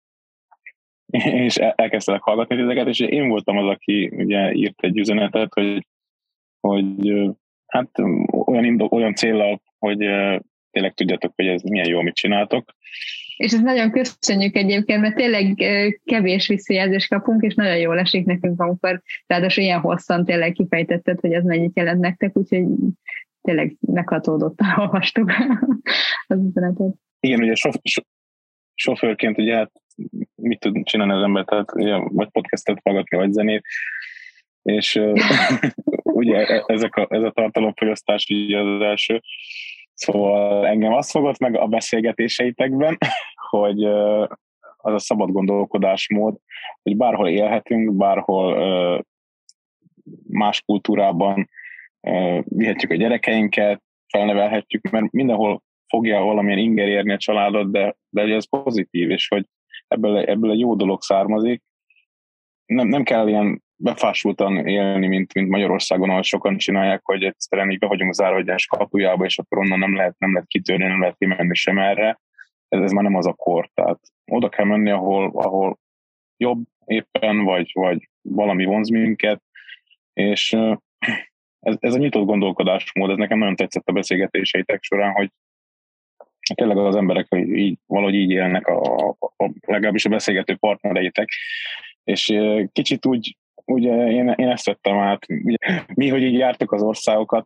És elkezdtek hallgatni ezeket, és én voltam az, aki ugye írt egy üzenetet, hogy, hogy hát olyan, indok, olyan céllal, hogy tényleg tudjátok, hogy ez milyen jó, amit csináltok. És ezt nagyon köszönjük egyébként, mert tényleg kevés visszajelzést kapunk, és nagyon jól esik nekünk, amikor ráadásul ilyen hosszan tényleg kifejtetted, hogy ez mennyit jelent nektek, úgyhogy tényleg meghatódottan olvastuk az üzenetet. Igen, ugye sof, so, sofőrként ugye hát mit tud csinálni az ember, tehát ugye, vagy podcastet hallgatni, vagy zenét, és ugye ezek a, ez a tartalomfogyasztás ugye az első. Szóval engem azt fogott meg a beszélgetéseitekben, hogy az a szabad gondolkodásmód, hogy bárhol élhetünk, bárhol más kultúrában vihetjük a gyerekeinket, felnevelhetjük, mert mindenhol fogja valamilyen inger érni a családot, de, de ez pozitív, és hogy ebből, ebből egy jó dolog származik. Nem, nem kell ilyen befásultan élni, mint, mint Magyarországon, ahol sokan csinálják, hogy egyszerűen így be vagyunk zárva egy egyes kapujába, és akkor onnan nem lehet, nem lehet kitörni, nem lehet kimenni sem erre. Ez, ez már nem az a kor. Tehát oda kell menni, ahol, ahol jobb éppen, vagy, vagy valami vonz minket, és ez, ez a nyitott gondolkodásmód, ez nekem nagyon tetszett a beszélgetéseitek során, hogy tényleg az emberek így, valahogy így élnek, a, a, a, legalábbis a beszélgető partnereitek, és kicsit úgy, ugye én, én ezt vettem át, ugye, mi, hogy így jártuk az országokat,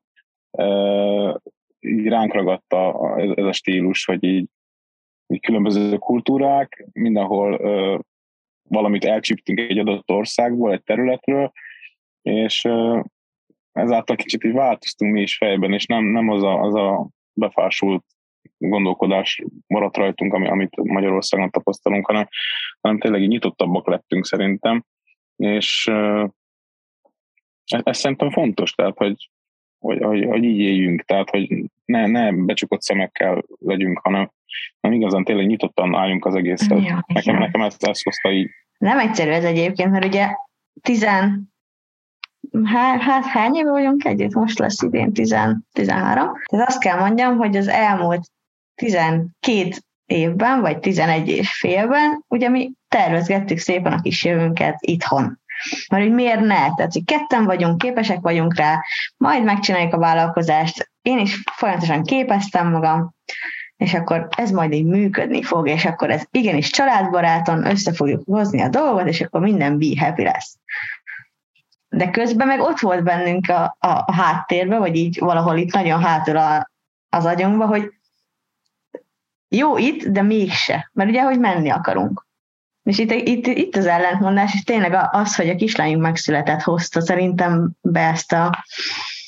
így ránk ragadt a, ez, ez a stílus, hogy így, így különböző kultúrák, mindenhol valamit elcsíptünk egy adott országból, egy területről, és ezáltal kicsit így változtunk mi is fejben, és nem, nem az, a, az a befásult gondolkodás maradt rajtunk, amit Magyarországon tapasztalunk, hanem, hanem tényleg így nyitottabbak lettünk szerintem, és ez, ez szerintem fontos, tehát, hogy, hogy, hogy, hogy így éljünk, tehát, hogy ne, ne becsukott szemekkel legyünk, hanem, hanem igazán tényleg nyitottan álljunk az egészet. Ja, nekem, nekem ezt, ezt hozta így. Nem egyszerű ez egyébként, mert ugye tizen Hát, hát hány éve vagyunk együtt? Most lesz idén tizenhárom. Tehát azt kell mondjam, hogy az elmúlt tizenkét évben, vagy tizenegy és félben, ugye mi tervezgettük szépen a kis jövőnket itthon. Mert hogy miért ne? Tehát, hogy ketten vagyunk, képesek vagyunk rá, majd megcsináljuk a vállalkozást. Én is folyamatosan képeztem magam, és akkor ez majd így működni fog, és akkor ez igenis családbaráton össze fogjuk hozni a dolgot, és akkor minden be happy lesz. De közben meg ott volt bennünk a, a, a háttérben, vagy így valahol itt nagyon hátul a, az agyunkban, hogy jó itt, de mégse. Mert ugye, hogy menni akarunk. És itt, itt, itt az ellentmondás, és tényleg az, hogy a kislányunk megszületett, hozta szerintem be ezt a,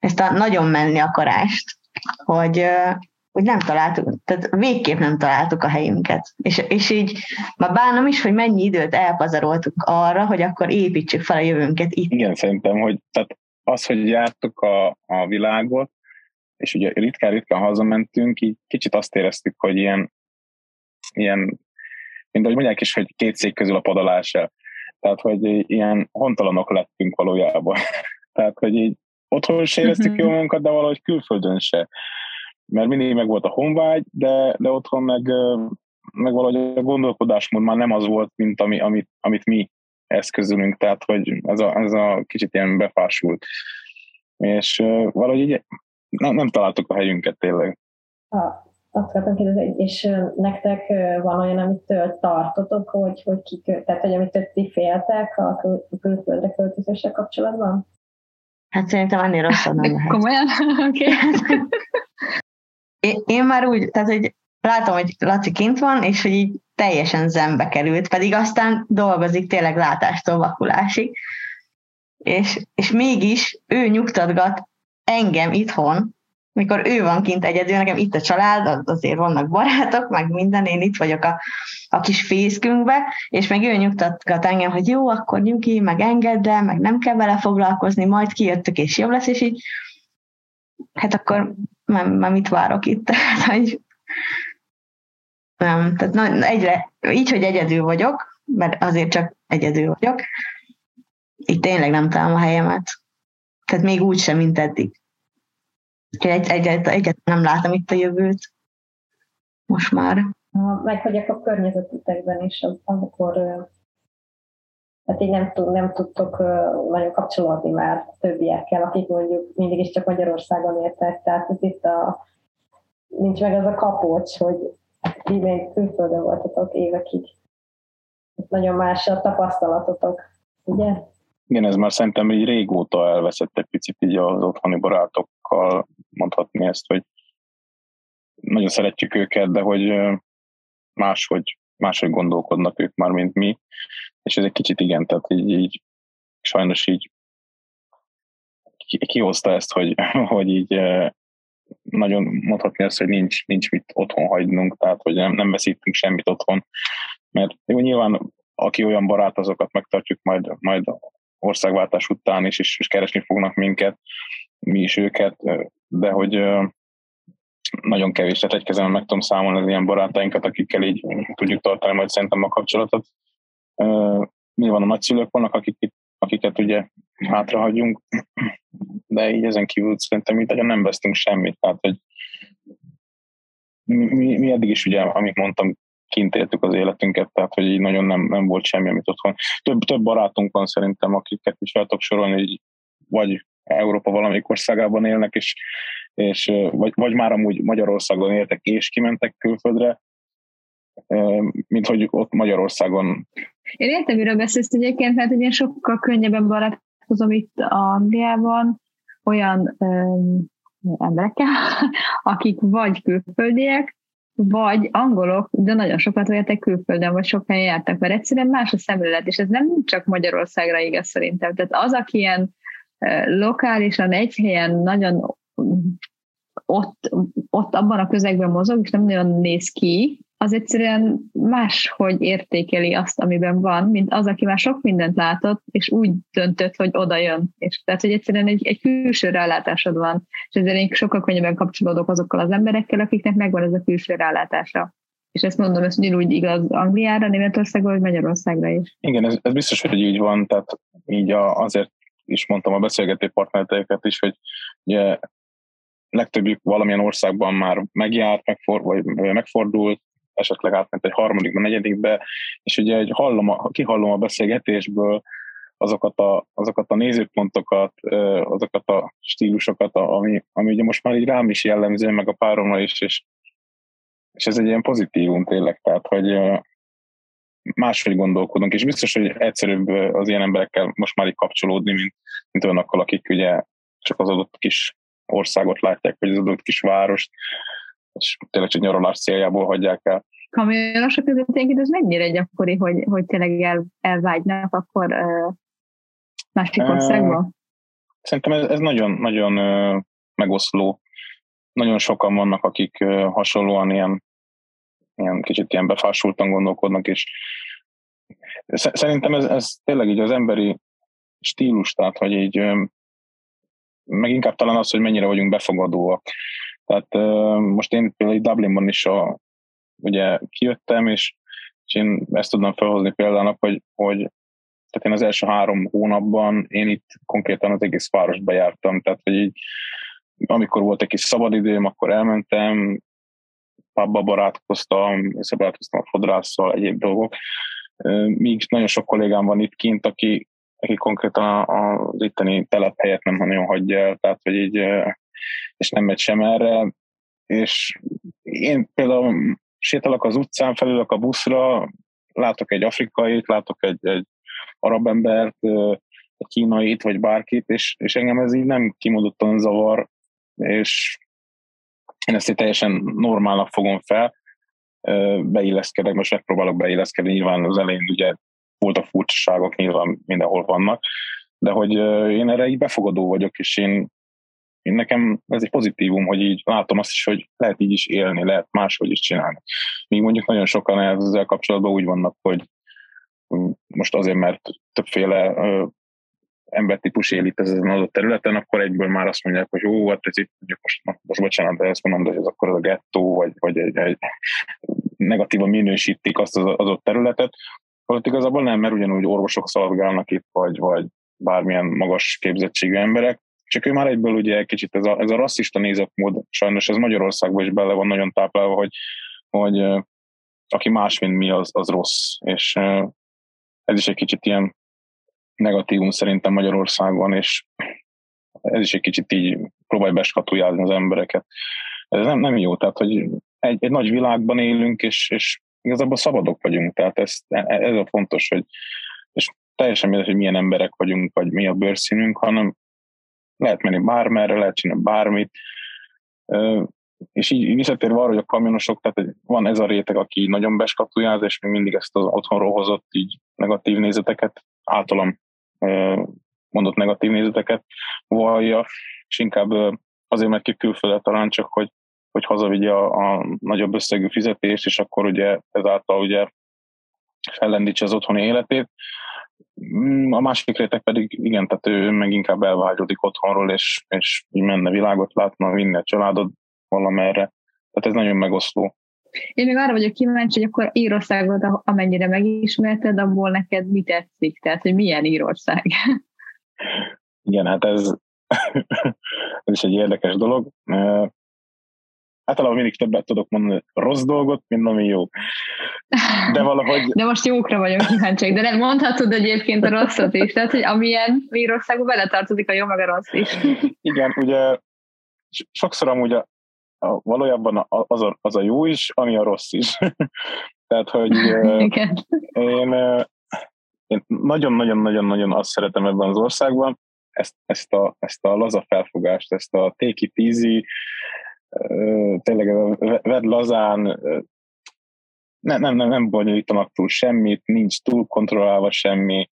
ezt a nagyon menni akarást, hogy, hogy nem találtuk, tehát végképp nem találtuk a helyünket. És, és így már bánom is, hogy mennyi időt elpazaroltuk arra, hogy akkor építsük fel a jövőnket itt. Igen, szerintem, hogy tehát az, hogy jártuk a, a világot, és ugye ritkán-ritkán hazamentünk, így kicsit azt éreztük, hogy ilyen, ilyen mint ahogy mondják is, hogy két szék közül a padalása. Tehát, hogy ilyen hontalanok lettünk valójában. Tehát, hogy így otthon is éreztük uh-huh. jól magunkat, de valahogy külföldön se. Mert mindig meg volt a honvágy, de, de otthon meg, meg valahogy a gondolkodásmód már nem az volt, mint ami, amit, amit mi eszközölünk. Tehát, hogy ez a, ez a kicsit ilyen befásult. És valahogy így nem, nem találtuk a helyünket tényleg. Ah, azt akartam kérdezni, és nektek van olyan, amitől tartotok, hogy, hogy ki, tehát, hogy amitől ti féltek a kül- külföldre költözéssel kapcsolatban? Hát szerintem ennél rosszabb nem lehet. Komolyan? Oké. Okay. Én, én már úgy, tehát, hogy látom, hogy Laci kint van, és hogy így teljesen zenbe került, pedig aztán dolgozik tényleg látástól vakulásig. És, és mégis ő nyugtatgat engem itthon, mikor ő van kint egyedül, nekem itt a család, azért vannak barátok, meg minden, én itt vagyok a, a kis fészkünkbe, és meg ő nyugtatgat engem, hogy jó, akkor nyugi, meg engedd el, meg nem kell vele foglalkozni, majd kijöttök, és jobb lesz, és így, hát akkor már, már mit várok itt? Tehát, nem, tehát na, egyre, így, hogy egyedül vagyok, mert azért csak egyedül vagyok, itt tényleg nem találom a helyemet. Tehát még úgy sem, mint eddig. Egy, egyet, egyet nem látom itt a jövőt. Most már. Meg hogy a környezetetekben is, amikor hát így nem, tud, nem tudtok nagyon kapcsolódni már többiekkel, akik mondjuk mindig is csak Magyarországon éltek. Tehát ez itt a, nincs meg az a kapocs, hogy ti még külföldön voltatok évekig. Nagyon más a tapasztalatotok, ugye? Igen, ez már szerintem így régóta elveszett egy picit így az otthoni barátokkal, mondhatni ezt, hogy nagyon szeretjük őket, de hogy máshogy, máshogy gondolkodnak ők már, mint mi, és ez egy kicsit igen, tehát így, így sajnos így kihozta ezt, hogy, hogy így nagyon mondhatni azt, hogy nincs, nincs mit otthon hagynunk, tehát hogy nem, nem veszítünk semmit otthon, mert jó, nyilván aki olyan barát, azokat megtartjuk majd, majd országváltás után is, és, és keresni fognak minket, mi is őket, de hogy nagyon kevés, tehát egy kezemben meg tudom számolni az ilyen barátainkat, akikkel így tudjuk tartani majd szerintem a kapcsolatot. Nyilván a nagyszülők vannak, akik, akiket ugye hátrahagyunk, de így ezen kívül szerintem itt nem vesztünk semmit, tehát hogy mi, mi eddig is ugye, amit mondtam, kint éltük az életünket, tehát hogy így nagyon nem, nem volt semmi, amit otthon. Több, több barátunk van szerintem, akiket is fel tudok sorolni, így vagy Európa valamelyik országában élnek, és, és vagy, vagy már amúgy Magyarországon éltek, és kimentek külföldre, mint hogy ott Magyarországon. Én értem, miről beszélsz egyébként, mert én sokkal könnyebben barátkozom itt Angliában olyan öm, emberekkel, akik vagy külföldiek, vagy angolok, de nagyon sokat éltek külföldön, vagy sok helyen jártak, mert egyszerűen más a szemlélet, és ez nem csak Magyarországra igaz szerintem. Tehát az, aki ilyen lokálisan egy helyen nagyon ott, ott abban a közegben mozog, és nem nagyon néz ki, az egyszerűen máshogy értékeli azt, amiben van, mint az, aki már sok mindent látott, és úgy döntött, hogy oda jön. És tehát, hogy egyszerűen egy, egy külső rálátásod van, és ezzel én sokkal könnyebben kapcsolódok azokkal az emberekkel, akiknek megvan ez a külső rálátása. És ezt mondom, ez ugyanúgy igaz Angliára, Németországra, vagy Magyarországra is. Igen, ez, ez biztos, hogy így van, tehát így a, azért is mondtam a beszélgető partnereteket is, hogy ugye legtöbbjük valamilyen országban már megjárt, megfor, vagy megfordult, esetleg átment egy harmadikba, negyedikbe, és ugye egy hallom a, kihallom a beszélgetésből azokat a, azokat a nézőpontokat, azokat a stílusokat, ami, ami ugye most már így rám is jellemző, meg a páromra is, és, és ez egy ilyen pozitívum tényleg, tehát, hogy máshogy gondolkodunk, és biztos, hogy egyszerűbb az ilyen emberekkel most már így kapcsolódni, mint, mint olyanokkal, akik ugye csak az adott kis országot látják, vagy az adott kis várost, és tényleg csak nyaralás céljából hagyják el. Kamionosok között egyébként ez mennyire gyakori, hogy, hogy tényleg el, elvágynak akkor uh, másik országba? Szerintem ez, ez nagyon, nagyon megoszló. Nagyon sokan vannak, akik hasonlóan ilyen, ilyen kicsit ilyen befásultan gondolkodnak, és szerintem ez, ez tényleg így az emberi stílus, tehát hogy így meg inkább talán az, hogy mennyire vagyunk befogadóak. Tehát most én például Dublinban is a, ugye kijöttem, és, és én ezt tudnám felhozni példának, hogy, hogy tehát én az első három hónapban én itt konkrétan az egész városba jártam, tehát hogy így amikor volt egy kis szabadidőm, akkor elmentem, pubba barátkoztam, összebarátkoztam a fodrásszal, egyéb dolgok. Míg nagyon sok kollégám van itt kint, aki, aki konkrétan az itteni telephelyet nem nagyon hagyja el, tehát hogy így, és nem megy sem erre. És én például sétálok az utcán, felülök a buszra, látok egy afrikait, látok egy, egy arab embert, egy kínait, vagy bárkit, és, és engem ez így nem kimondottan zavar, és én ezt így teljesen normálnak fogom fel, beilleszkedek, most megpróbálok beilleszkedni, nyilván az elején ugye voltak furcsaságok, nyilván mindenhol vannak, de hogy én erre így befogadó vagyok, és én, én nekem ez egy pozitívum, hogy így látom azt is, hogy lehet így is élni, lehet máshogy is csinálni. Míg mondjuk nagyon sokan ezzel kapcsolatban úgy vannak, hogy most azért, mert többféle embertípus él itt ezen az adott területen, akkor egyből már azt mondják, hogy jó, hát ez itt, mondjuk most, most bocsánat, de ezt mondom, de ez akkor az a gettó, vagy, vagy egy, egy negatívan minősítik azt az adott területet, holott igazából nem, mert ugyanúgy orvosok szaladgálnak itt, vagy, vagy bármilyen magas képzettségű emberek, csak ő már egyből ugye kicsit ez a, ez a rasszista nézetmód, sajnos ez Magyarországban is bele van nagyon táplálva, hogy, hogy aki más, mint mi, az, az rossz, és ez is egy kicsit ilyen negatívum szerintem Magyarországon, és ez is egy kicsit így próbálj beskatujázni az embereket. Ez nem, nem jó, tehát hogy egy, egy nagy világban élünk, és, és igazából szabadok vagyunk, tehát ez, ez a fontos, hogy és teljesen mindegy, hogy milyen emberek vagyunk, vagy mi a bőrszínünk, hanem lehet menni bármerre, lehet csinálni bármit, és így visszatérve arra, hogy a kamionosok, tehát van ez a réteg, aki nagyon beskatujáz, és még mindig ezt az otthonról hozott így negatív nézeteket, általam mondott negatív nézeteket vallja, és inkább azért megy ki külföldre talán csak, hogy, hogy hazavigye a, a nagyobb összegű fizetést, és akkor ugye ezáltal ugye fellendítse az otthoni életét. A másik réteg pedig igen, tehát ő meg inkább elvágyódik otthonról, és, és így menne világot látna, vinni a családod valamerre. Tehát ez nagyon megoszló. Én még arra vagyok kíváncsi, hogy akkor Írországot, amennyire megismerted, abból neked mi tetszik? Tehát, hogy milyen Írország? Igen, hát ez, ez is egy érdekes dolog. Általában mindig többet tudok mondani rossz dolgot, mint ami jó. De valahogy... De most jókra vagyok kíváncsiak, de nem mondhatod egyébként a rosszat is. Tehát, hogy amilyen Írországban beletartozik a jó, meg a rossz is. Igen, ugye sokszor amúgy a, a, valójában az a, az a jó is, ami a rossz is. Tehát, hogy Igen. én, én nagyon-nagyon-nagyon-nagyon azt szeretem ebben az országban, ezt, ezt, a, ezt a laza felfogást, ezt a take it easy, tényleg vedd lazán, nem, nem, nem, nem bonyolítanak túl semmit, nincs túl kontrollálva semmi,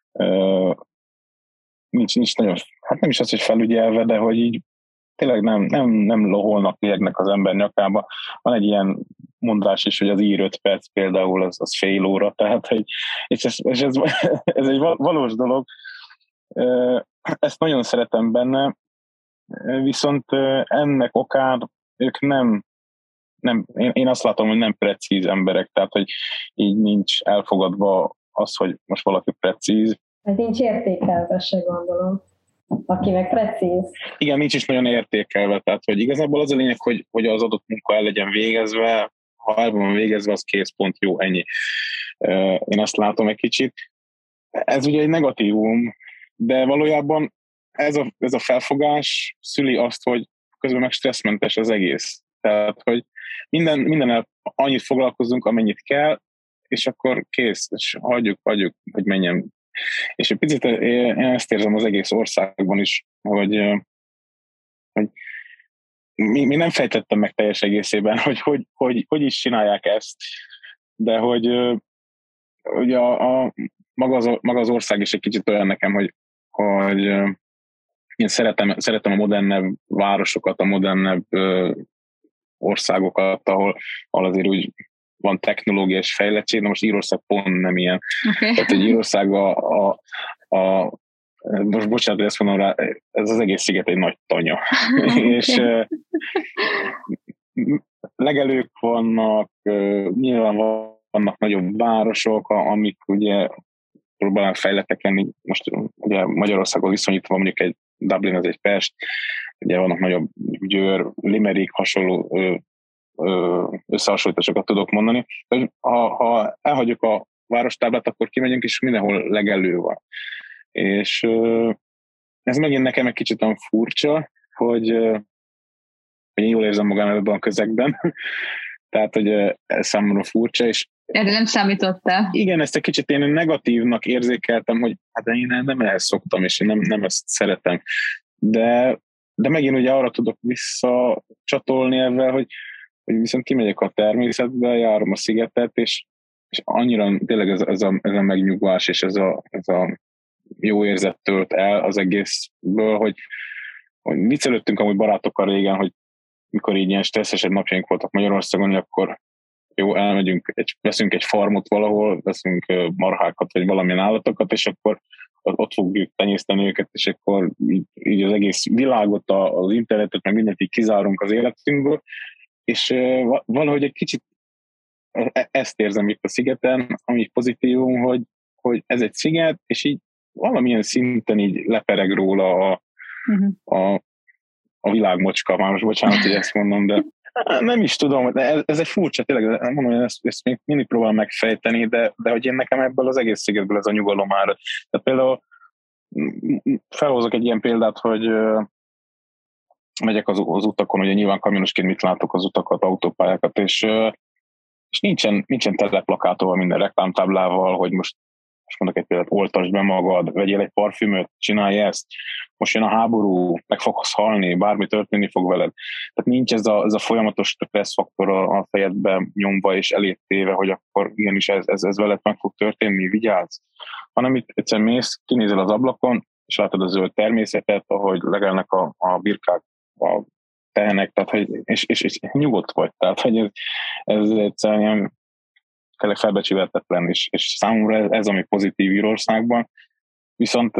nincs, nincs nagyon, hát nem is az, hogy felügyelve, de hogy így tényleg nem, nem, nem loholnak, liegnek az ember nyakába. Van egy ilyen mondás is, hogy az ír öt perc például, az, az fél óra, tehát hogy, és, ez, és ez, ez egy valós dolog. Ezt nagyon szeretem benne, viszont ennek okán ők nem, nem én, én azt látom, hogy nem precíz emberek, tehát hogy így nincs elfogadva az, hogy most valaki precíz. Ez nincs értékelve, se gondolom. Aki meg precíz. Igen, nincs is nagyon értékelve, tehát hogy igazából az a lényeg, hogy, hogy az adott munka el legyen végezve, ha el van végezve, az kész, pont, jó, ennyi. Én azt látom egy kicsit. Ez ugye egy negatívum, de valójában ez a, ez a felfogás szüli azt, hogy közben meg stresszmentes az egész. Tehát, hogy minden, minden annyit foglalkozunk, amennyit kell, és akkor kész, és hagyjuk, hagyjuk, hogy menjen. És egy picit én ezt érzem az egész országban is, hogy, hogy mi, mi nem fejtettem meg teljes egészében, hogy hogy, hogy hogy is csinálják ezt, de hogy ugye a, a, maga, az, maga az ország is egy kicsit olyan nekem, hogy, hogy én szeretem, szeretem a modernebb városokat, a modernebb ö, országokat, ahol, ahol azért úgy van technológia és fejlettség, de most Írország pont nem ilyen. Okay. Tehát, hogy Írország a, a, a most bocsánat, hogy ezt mondom rá, ez az egész sziget egy nagy tanya. Okay. És uh, legelők vannak, uh, nyilván vannak nagyobb városok, amik ugye próbálnak fejlettek lenni. Most ugye Magyarországhoz viszonyítva mondjuk egy Dublin, az egy Pest, ugye vannak nagyobb Győr, Limerick hasonló uh, összehasonlításokat tudok mondani. Ha, ha elhagyjuk a várostáblát, akkor kimegyünk, és mindenhol legelő van. És ez megint nekem egy kicsit olyan furcsa, hogy, hogy én jól érzem magam ebben a közegben. Tehát, hogy ez számomra furcsa. És erre nem számítottál? Igen, ezt egy kicsit én negatívnak érzékeltem, hogy hát én nem ehhez szoktam, és én nem, nem ezt szeretem. De, de megint ugye arra tudok visszacsatolni ebben, hogy hogy viszont kimegyek a természetbe, járom a szigetet, és, és annyira tényleg ez, ez, a, ez a megnyugvás, és ez a, ez a jó érzet tölt el az egészből, hogy, hogy viccelődtünk amúgy barátokkal régen, hogy mikor így ilyen stresszesebb napjaink voltak Magyarországon, akkor jó, elmegyünk, egy, veszünk egy farmot valahol, veszünk marhákat, vagy valamilyen állatokat, és akkor ott fogjuk tenyészteni őket, és akkor így, így az egész világot, az internetet, meg mindent így kizárunk az életünkből, és valahogy egy kicsit ezt érzem itt a szigeten, ami pozitívum, hogy, hogy ez egy sziget, és így valamilyen szinten így lepereg róla a, uh-huh. a, a világmocska, már most bocsánat, hogy ezt mondom, de nem is tudom, de ez, ez egy furcsa, tényleg, mondom, hogy ezt, ezt még mindig próbálom megfejteni, de, de hogy én nekem ebből az egész szigetből ez a nyugalom áll. Tehát például felhozok egy ilyen példát, hogy megyek az, az utakon, ugye nyilván kamionosként mit látok az utakat, autópályákat, és, és nincsen, nincsen teleplakátolva minden reklámtáblával, hogy most, most mondok egy példát, oltasd be magad, vegyél egy parfümöt, csinálj ezt, most jön a háború, meg fogsz halni, bármi történni fog veled. Tehát nincs ez a, ez a folyamatos stresszfaktor a, a fejedbe nyomva és elétéve, hogy akkor igenis ez, ez, ez veled meg fog történni, vigyázz. Hanem itt egyszerűen mész, kinézel az ablakon, és látod a zöld természetet, ahogy legelnek a, a birkák, a tehenek, tehát, hogy, és, és, és nyugodt vagy, tehát hogy ez, ez egyszerűen tényleg felbecsülhetetlen, és, és számomra ez, ez ami pozitív Írországban, viszont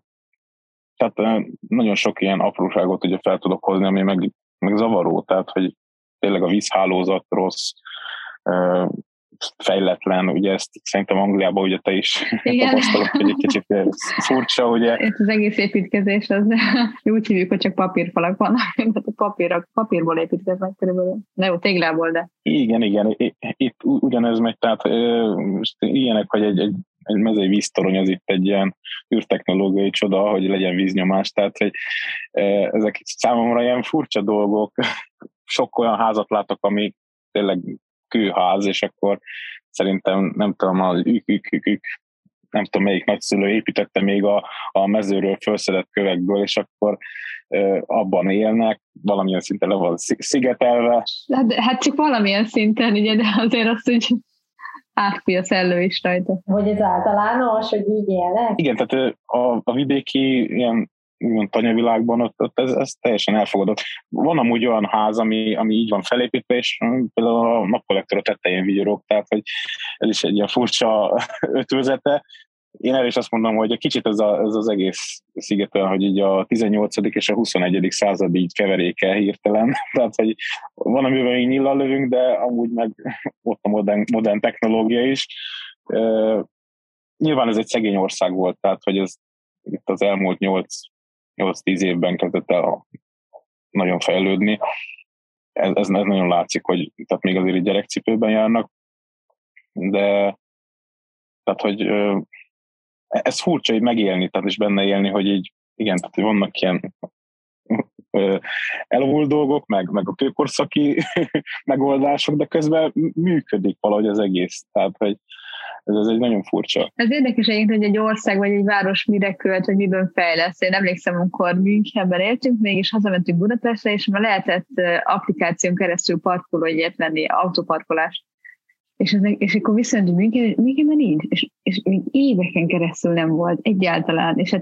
tehát nagyon sok ilyen apróságot ugye fel tudok hozni, ami meg, meg zavaró, tehát hogy tényleg a vízhálózat rossz, fejletlen, ugye ezt szerintem Angliában ugye te is tapasztalod, hogy egy kicsit furcsa, ugye. Itt az egész építkezés, az úgy hívjuk, hogy csak papírfalak vannak, tehát a papír, papírból építkeznek körülbelül. Na jó, téglából, de. Igen, igen, itt ugyanez megy, tehát most ilyenek, hogy egy, egy, egy mezei víztorony az itt egy ilyen űrtechnológiai csoda, hogy legyen víznyomás, tehát hogy ezek számomra ilyen furcsa dolgok. Sok olyan házat látok, ami tényleg kőház, és akkor szerintem nem tudom, az ők, ők, ők, ők, nem tudom melyik nagyszülő építette még a, a mezőről felszedett kövekből, és akkor ö, abban élnek, valamilyen szinten le van szigetelve. Hát, hát csak valamilyen szinten, ugye, de azért azt úgy átfúj a szellő is rajta. Hogy ez általános, hogy így élnek? Igen, tehát a, a vidéki ilyen úgymond tanyavilágban ott, ott ez, ez teljesen elfogadott. Van amúgy olyan ház, ami, ami így van felépítve, és például a napkollektor a tetején vigyorog, tehát hogy ez is egy ilyen furcsa ötvözete. Én el is azt mondom, hogy egy kicsit ez, a, ez az egész sziget olyan, hogy így a tizennyolcadik és a huszonegyedik század így keveréke hirtelen. Tehát, hogy van, amiben még nyillal lövünk, de amúgy meg ott a modern, modern technológia is. Uh, nyilván ez egy szegény ország volt, tehát, hogy ez itt az elmúlt nyolc-tíz évben kezdett el nagyon fejlődni. Ez, ez, ez nagyon látszik, hogy tehát még azért így gyerekcipőben járnak, de tehát, hogy ez furcsa így megélni, tehát is benne élni, hogy így, igen, tehát hogy vannak ilyen elavult dolgok, meg, meg a kőkorszaki megoldások, de közben működik valahogy az egész. Tehát, hogy ez, ez egy nagyon furcsa. Ez érdekes egyébként, hogy egy ország vagy egy város mire költ, vagy miben fejlesz. Én emlékszem, amikor Münchenben éltünk, mégis hazamentünk Budapestre, és már lehetett applikáción keresztül parkolójegyet venni, autóparkolást. És, az, és akkor viszont Münchenben nincs, és, és még éveken keresztül nem volt egyáltalán, és hát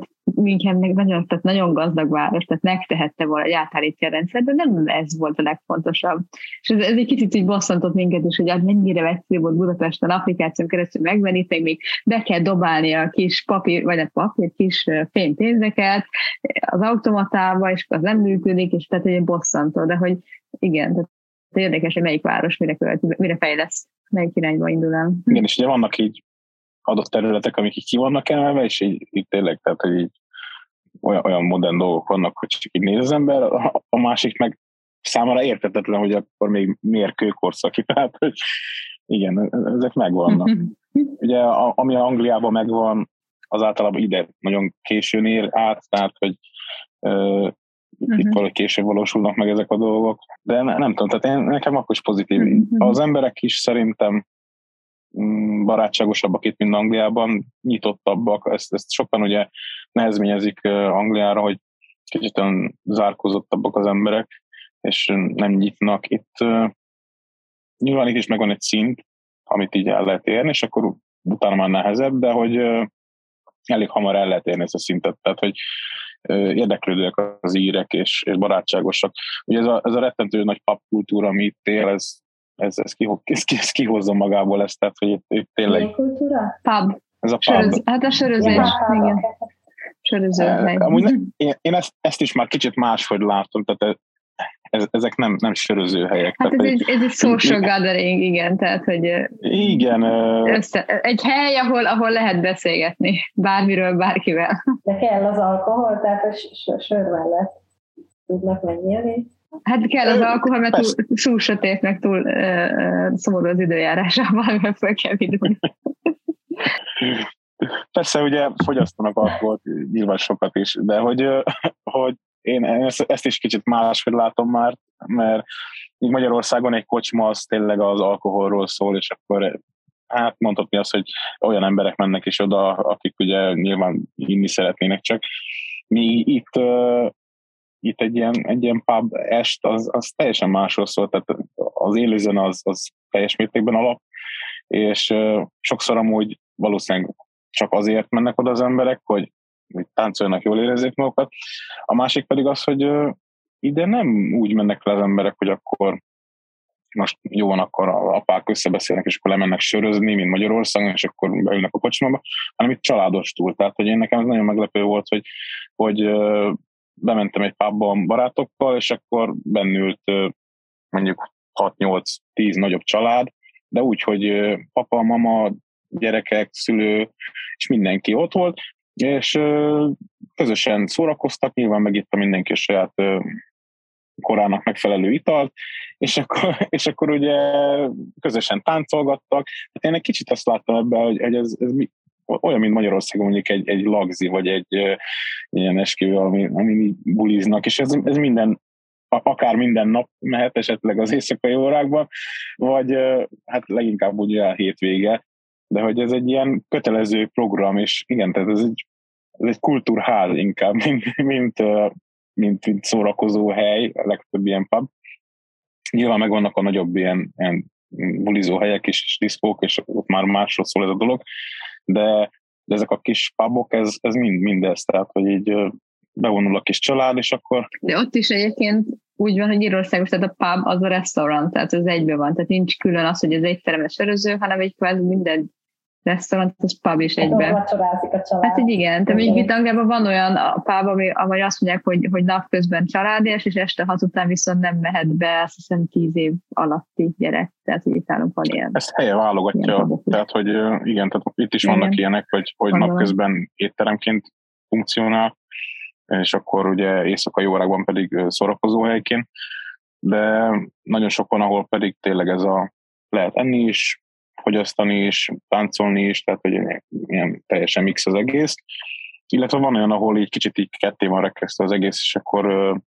München meg nagyon, tehát nagyon gazdag város, tehát megtehette volna, hogy átállítja a rendszer, de nem ez volt a legfontosabb. És ez, ez egy kicsit így bosszantott minket is, hogy hát mennyire egyszerű volt Budapesten applikáción keresztül megvenni, még, még be kell dobálni a kis papír, vagy a papír, kis fénypénzeket az automatába, és az nem működik, és tehát egy bosszantó, de hogy igen, tehát érdekes, hogy melyik város mire követ, mire fejlesz, melyik irányba indul el. Igen, és ugye vannak így adott területek, amik így ki vannak emelve, és így, így tényleg, tehát, hogy így olyan, olyan modern dolgok vannak, hogy csak így néz az ember, a, a másik meg számára értetetlen, hogy akkor még miért kőkorszaki, tehát, hogy igen, ezek megvannak. Ugye, a, ami a Angliában megvan, az általában ide nagyon későn ér át, tehát, hogy uh, uh-huh. itt valahogy később valósulnak meg ezek a dolgok, de ne, nem tudom, tehát én, nekem akkor is pozitív. Uh-huh. Az emberek is szerintem barátságosabbak itt, mint Angliában, nyitottabbak, ezt, ezt sokan ugye nehezményezik Angliára, hogy kicsit olyan zárkózottabbak az emberek, és nem nyitnak. Itt uh, nyilván itt is megvan egy szint, amit így el lehet érni, és akkor utána már nehezebb, de hogy uh, elég hamar el lehet érni ezt a szintet, tehát hogy uh, érdeklődőek az írek, és, és barátságosak. Ugye ez a, ez a rettentő nagy papkultúra, ami itt él, ez Ez, ez, ki, ez, ki, ez kihozza magából ezt, tehát, hogy itt, itt tényleg... Milyen kultúra? Pub. Ez a pub. Söröz, hát a sörözés, ja, igen. Söröző hely. Amúgy ne, én, én ezt, ezt is már kicsit máshogy látom, tehát ez, ezek nem, nem söröző helyek. Hát tehát ez, egy, ez egy social gathering, igen, tehát, hogy... Igen. Össze, egy hely, ahol, ahol lehet beszélgetni, bármiről, bárkivel. De kell az alkohol, tehát a sör mellett tudnak megnyílni. Hát kell az alkohol, mert túl súsötét, meg túl uh, szomorú az időjárásával, mert föl kell vidulni. Persze, ugye fogyasztanak alkoholt, nyilván sokat is, de hogy, hogy én ezt is kicsit máshogy látom már, mert így Magyarországon egy kocsma az tényleg az alkoholról szól, és akkor hát mondhatni azt, hogy olyan emberek mennek is oda, akik ugye nyilván inni szeretnének csak. Mi itt itt egy ilyen, egy ilyen pub est, az, az teljesen másról szól, tehát az élőzene az, az teljes mértékben alap, és uh, sokszor amúgy valószínűleg csak azért mennek oda az emberek, hogy, hogy táncoljanak, jól érezzék magukat. A másik pedig az, hogy uh, ide nem úgy mennek le az emberek, hogy akkor most jó van, akkor a apák összebeszélnek, és akkor lemennek sörözni, mint Magyarországon, és akkor beülnek a kocsmába, hanem itt családos túl. Tehát, hogy én nekem ez nagyon meglepő volt, hogy, hogy uh, bementem egy pubban barátokkal, és akkor bennült mondjuk hat-nyolc-tíz nagyobb család, de úgy, hogy papa, mama, gyerekek, szülő, és mindenki ott volt, és közösen szórakoztak, nyilván megitta mindenki a saját korának megfelelő italt, és akkor, és akkor ugye közösen táncolgattak. Hát én egy kicsit azt láttam ebben, hogy, hogy ez, ez mi, olyan, mint Magyarországon mondjuk egy, egy lagzi, vagy egy uh, ilyen esküvő, ami, ami buliznak, és ez, ez minden, akár minden nap mehet esetleg az éjszakai órákban, vagy uh, hát leginkább ugye a hétvége, de hogy ez egy ilyen kötelező program, és igen, tehát ez egy, ez egy kultúrház inkább, mint, mint, uh, mint, mint szórakozó hely, a legtöbb ilyen pub. Nyilván megvannak a nagyobb ilyen, ilyen bulizó helyek is, és diszkók, és ott már másról szól ez a dolog, de, de ezek a kis pubok, ez, ez mind, mindez, tehát, hogy így bevonul a kis család, és akkor... De ott is egyébként úgy van, hogy Írországos, tehát a pub az a restaurant, tehát az egyben van, tehát nincs külön az, hogy ez egy termes söröző, hanem egy kvázi minden restaurant, az pub is egyben. Vacsorázik a család. Hát így igen, tehát még itt Angliában van olyan a pub, ami, ami azt mondják, hogy, hogy napközben családias, és este hat után viszont nem mehet be, azt hiszem tíz év alatti gyerek, tehát így nálunk van ilyen. Ezt helye válogatja, tehát hogy igen, tehát itt is vannak igen. ilyenek, hogy, hogy napközben étteremként funkcionál, és akkor ugye éjszakai órákban pedig szórakozóhelyként, de nagyon sok van, ahol pedig tényleg ez a lehet enni is, fogyasztani is, táncolni is, tehát hogy ilyen teljesen mix az egész. Illetve van olyan, ahol így kicsit így ketté van rekesztve az egész, és akkor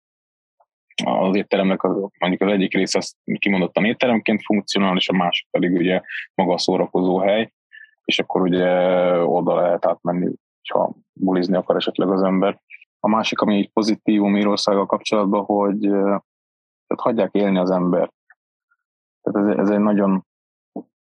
az étteremnek az, mondjuk az egyik rész az kimondottan étteremként funkcionál, és a másik pedig ugye maga a szórakozó hely, és akkor ugye oda lehet átmenni, ha bulizni akar esetleg az ember. A másik, ami így pozitívum Írországgal kapcsolatban, hogy tehát hagyják élni az embert. Tehát ez, ez egy nagyon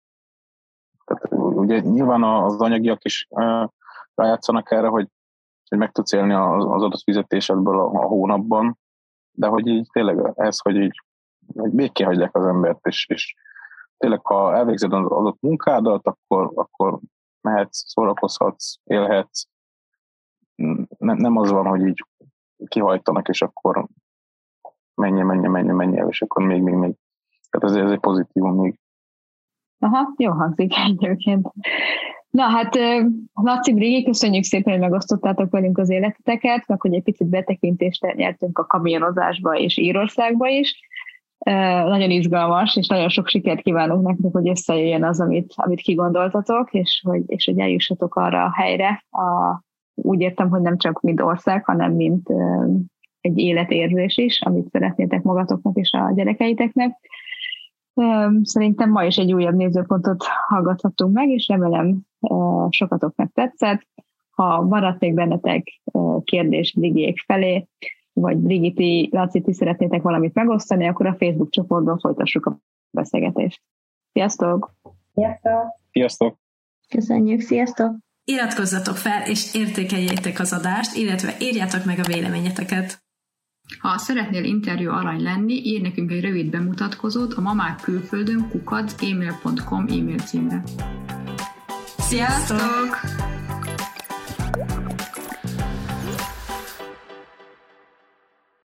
tehát ugye nyilván az anyagiak is rájátszanak erre, hogy hogy meg tudsz élni az, az adott fizetésedből a, a hónapban, de hogy így tényleg ez, hogy így hogy békén hagyják az embert, és, és tényleg, ha elvégzed az adott munkádat, akkor, akkor mehetsz, szórakozhatsz, élhetsz. Nem, nem az van, hogy így kihajtanak, és akkor menjen, menjen, menjen, menjen, és akkor még, még, még. Tehát ez, ez egy pozitívum még. Aha, jó hangzik egyébként. Na hát, Laci, Brigi, köszönjük szépen, hogy megosztottátok velünk az életeteket, meg hogy egy picit betekintést nyertünk a kamionozásba és Írországba is. Nagyon izgalmas, és nagyon sok sikert kívánok nektek, hogy összejöjjön az, amit, amit kigondoltatok, és hogy, és hogy eljussatok arra a helyre. A, úgy értem, hogy nem csak mint ország, hanem mint egy életérzés is, amit szeretnétek magatoknak és a gyerekeiteknek. Szerintem ma is egy újabb nézőpontot hallgathattunk meg, és remélem sokatoknak tetszett. Ha maradt még bennetek kérdés Brigiék felé, vagy Brigiti, Laci, ti szeretnétek valamit megosztani, akkor a Facebook csoportban folytassuk a beszélgetést. Sziasztok! Sziasztok! Sziasztok! Köszönjük, sziasztok! Iratkozzatok fel, és értékeljétek az adást, illetve írjátok meg a véleményeteket. Ha szeretnél interjú arany lenni, írj nekünk egy rövid bemutatkozót a mamák külföldön kukac gmail pont com e-mail címre. Sziasztok!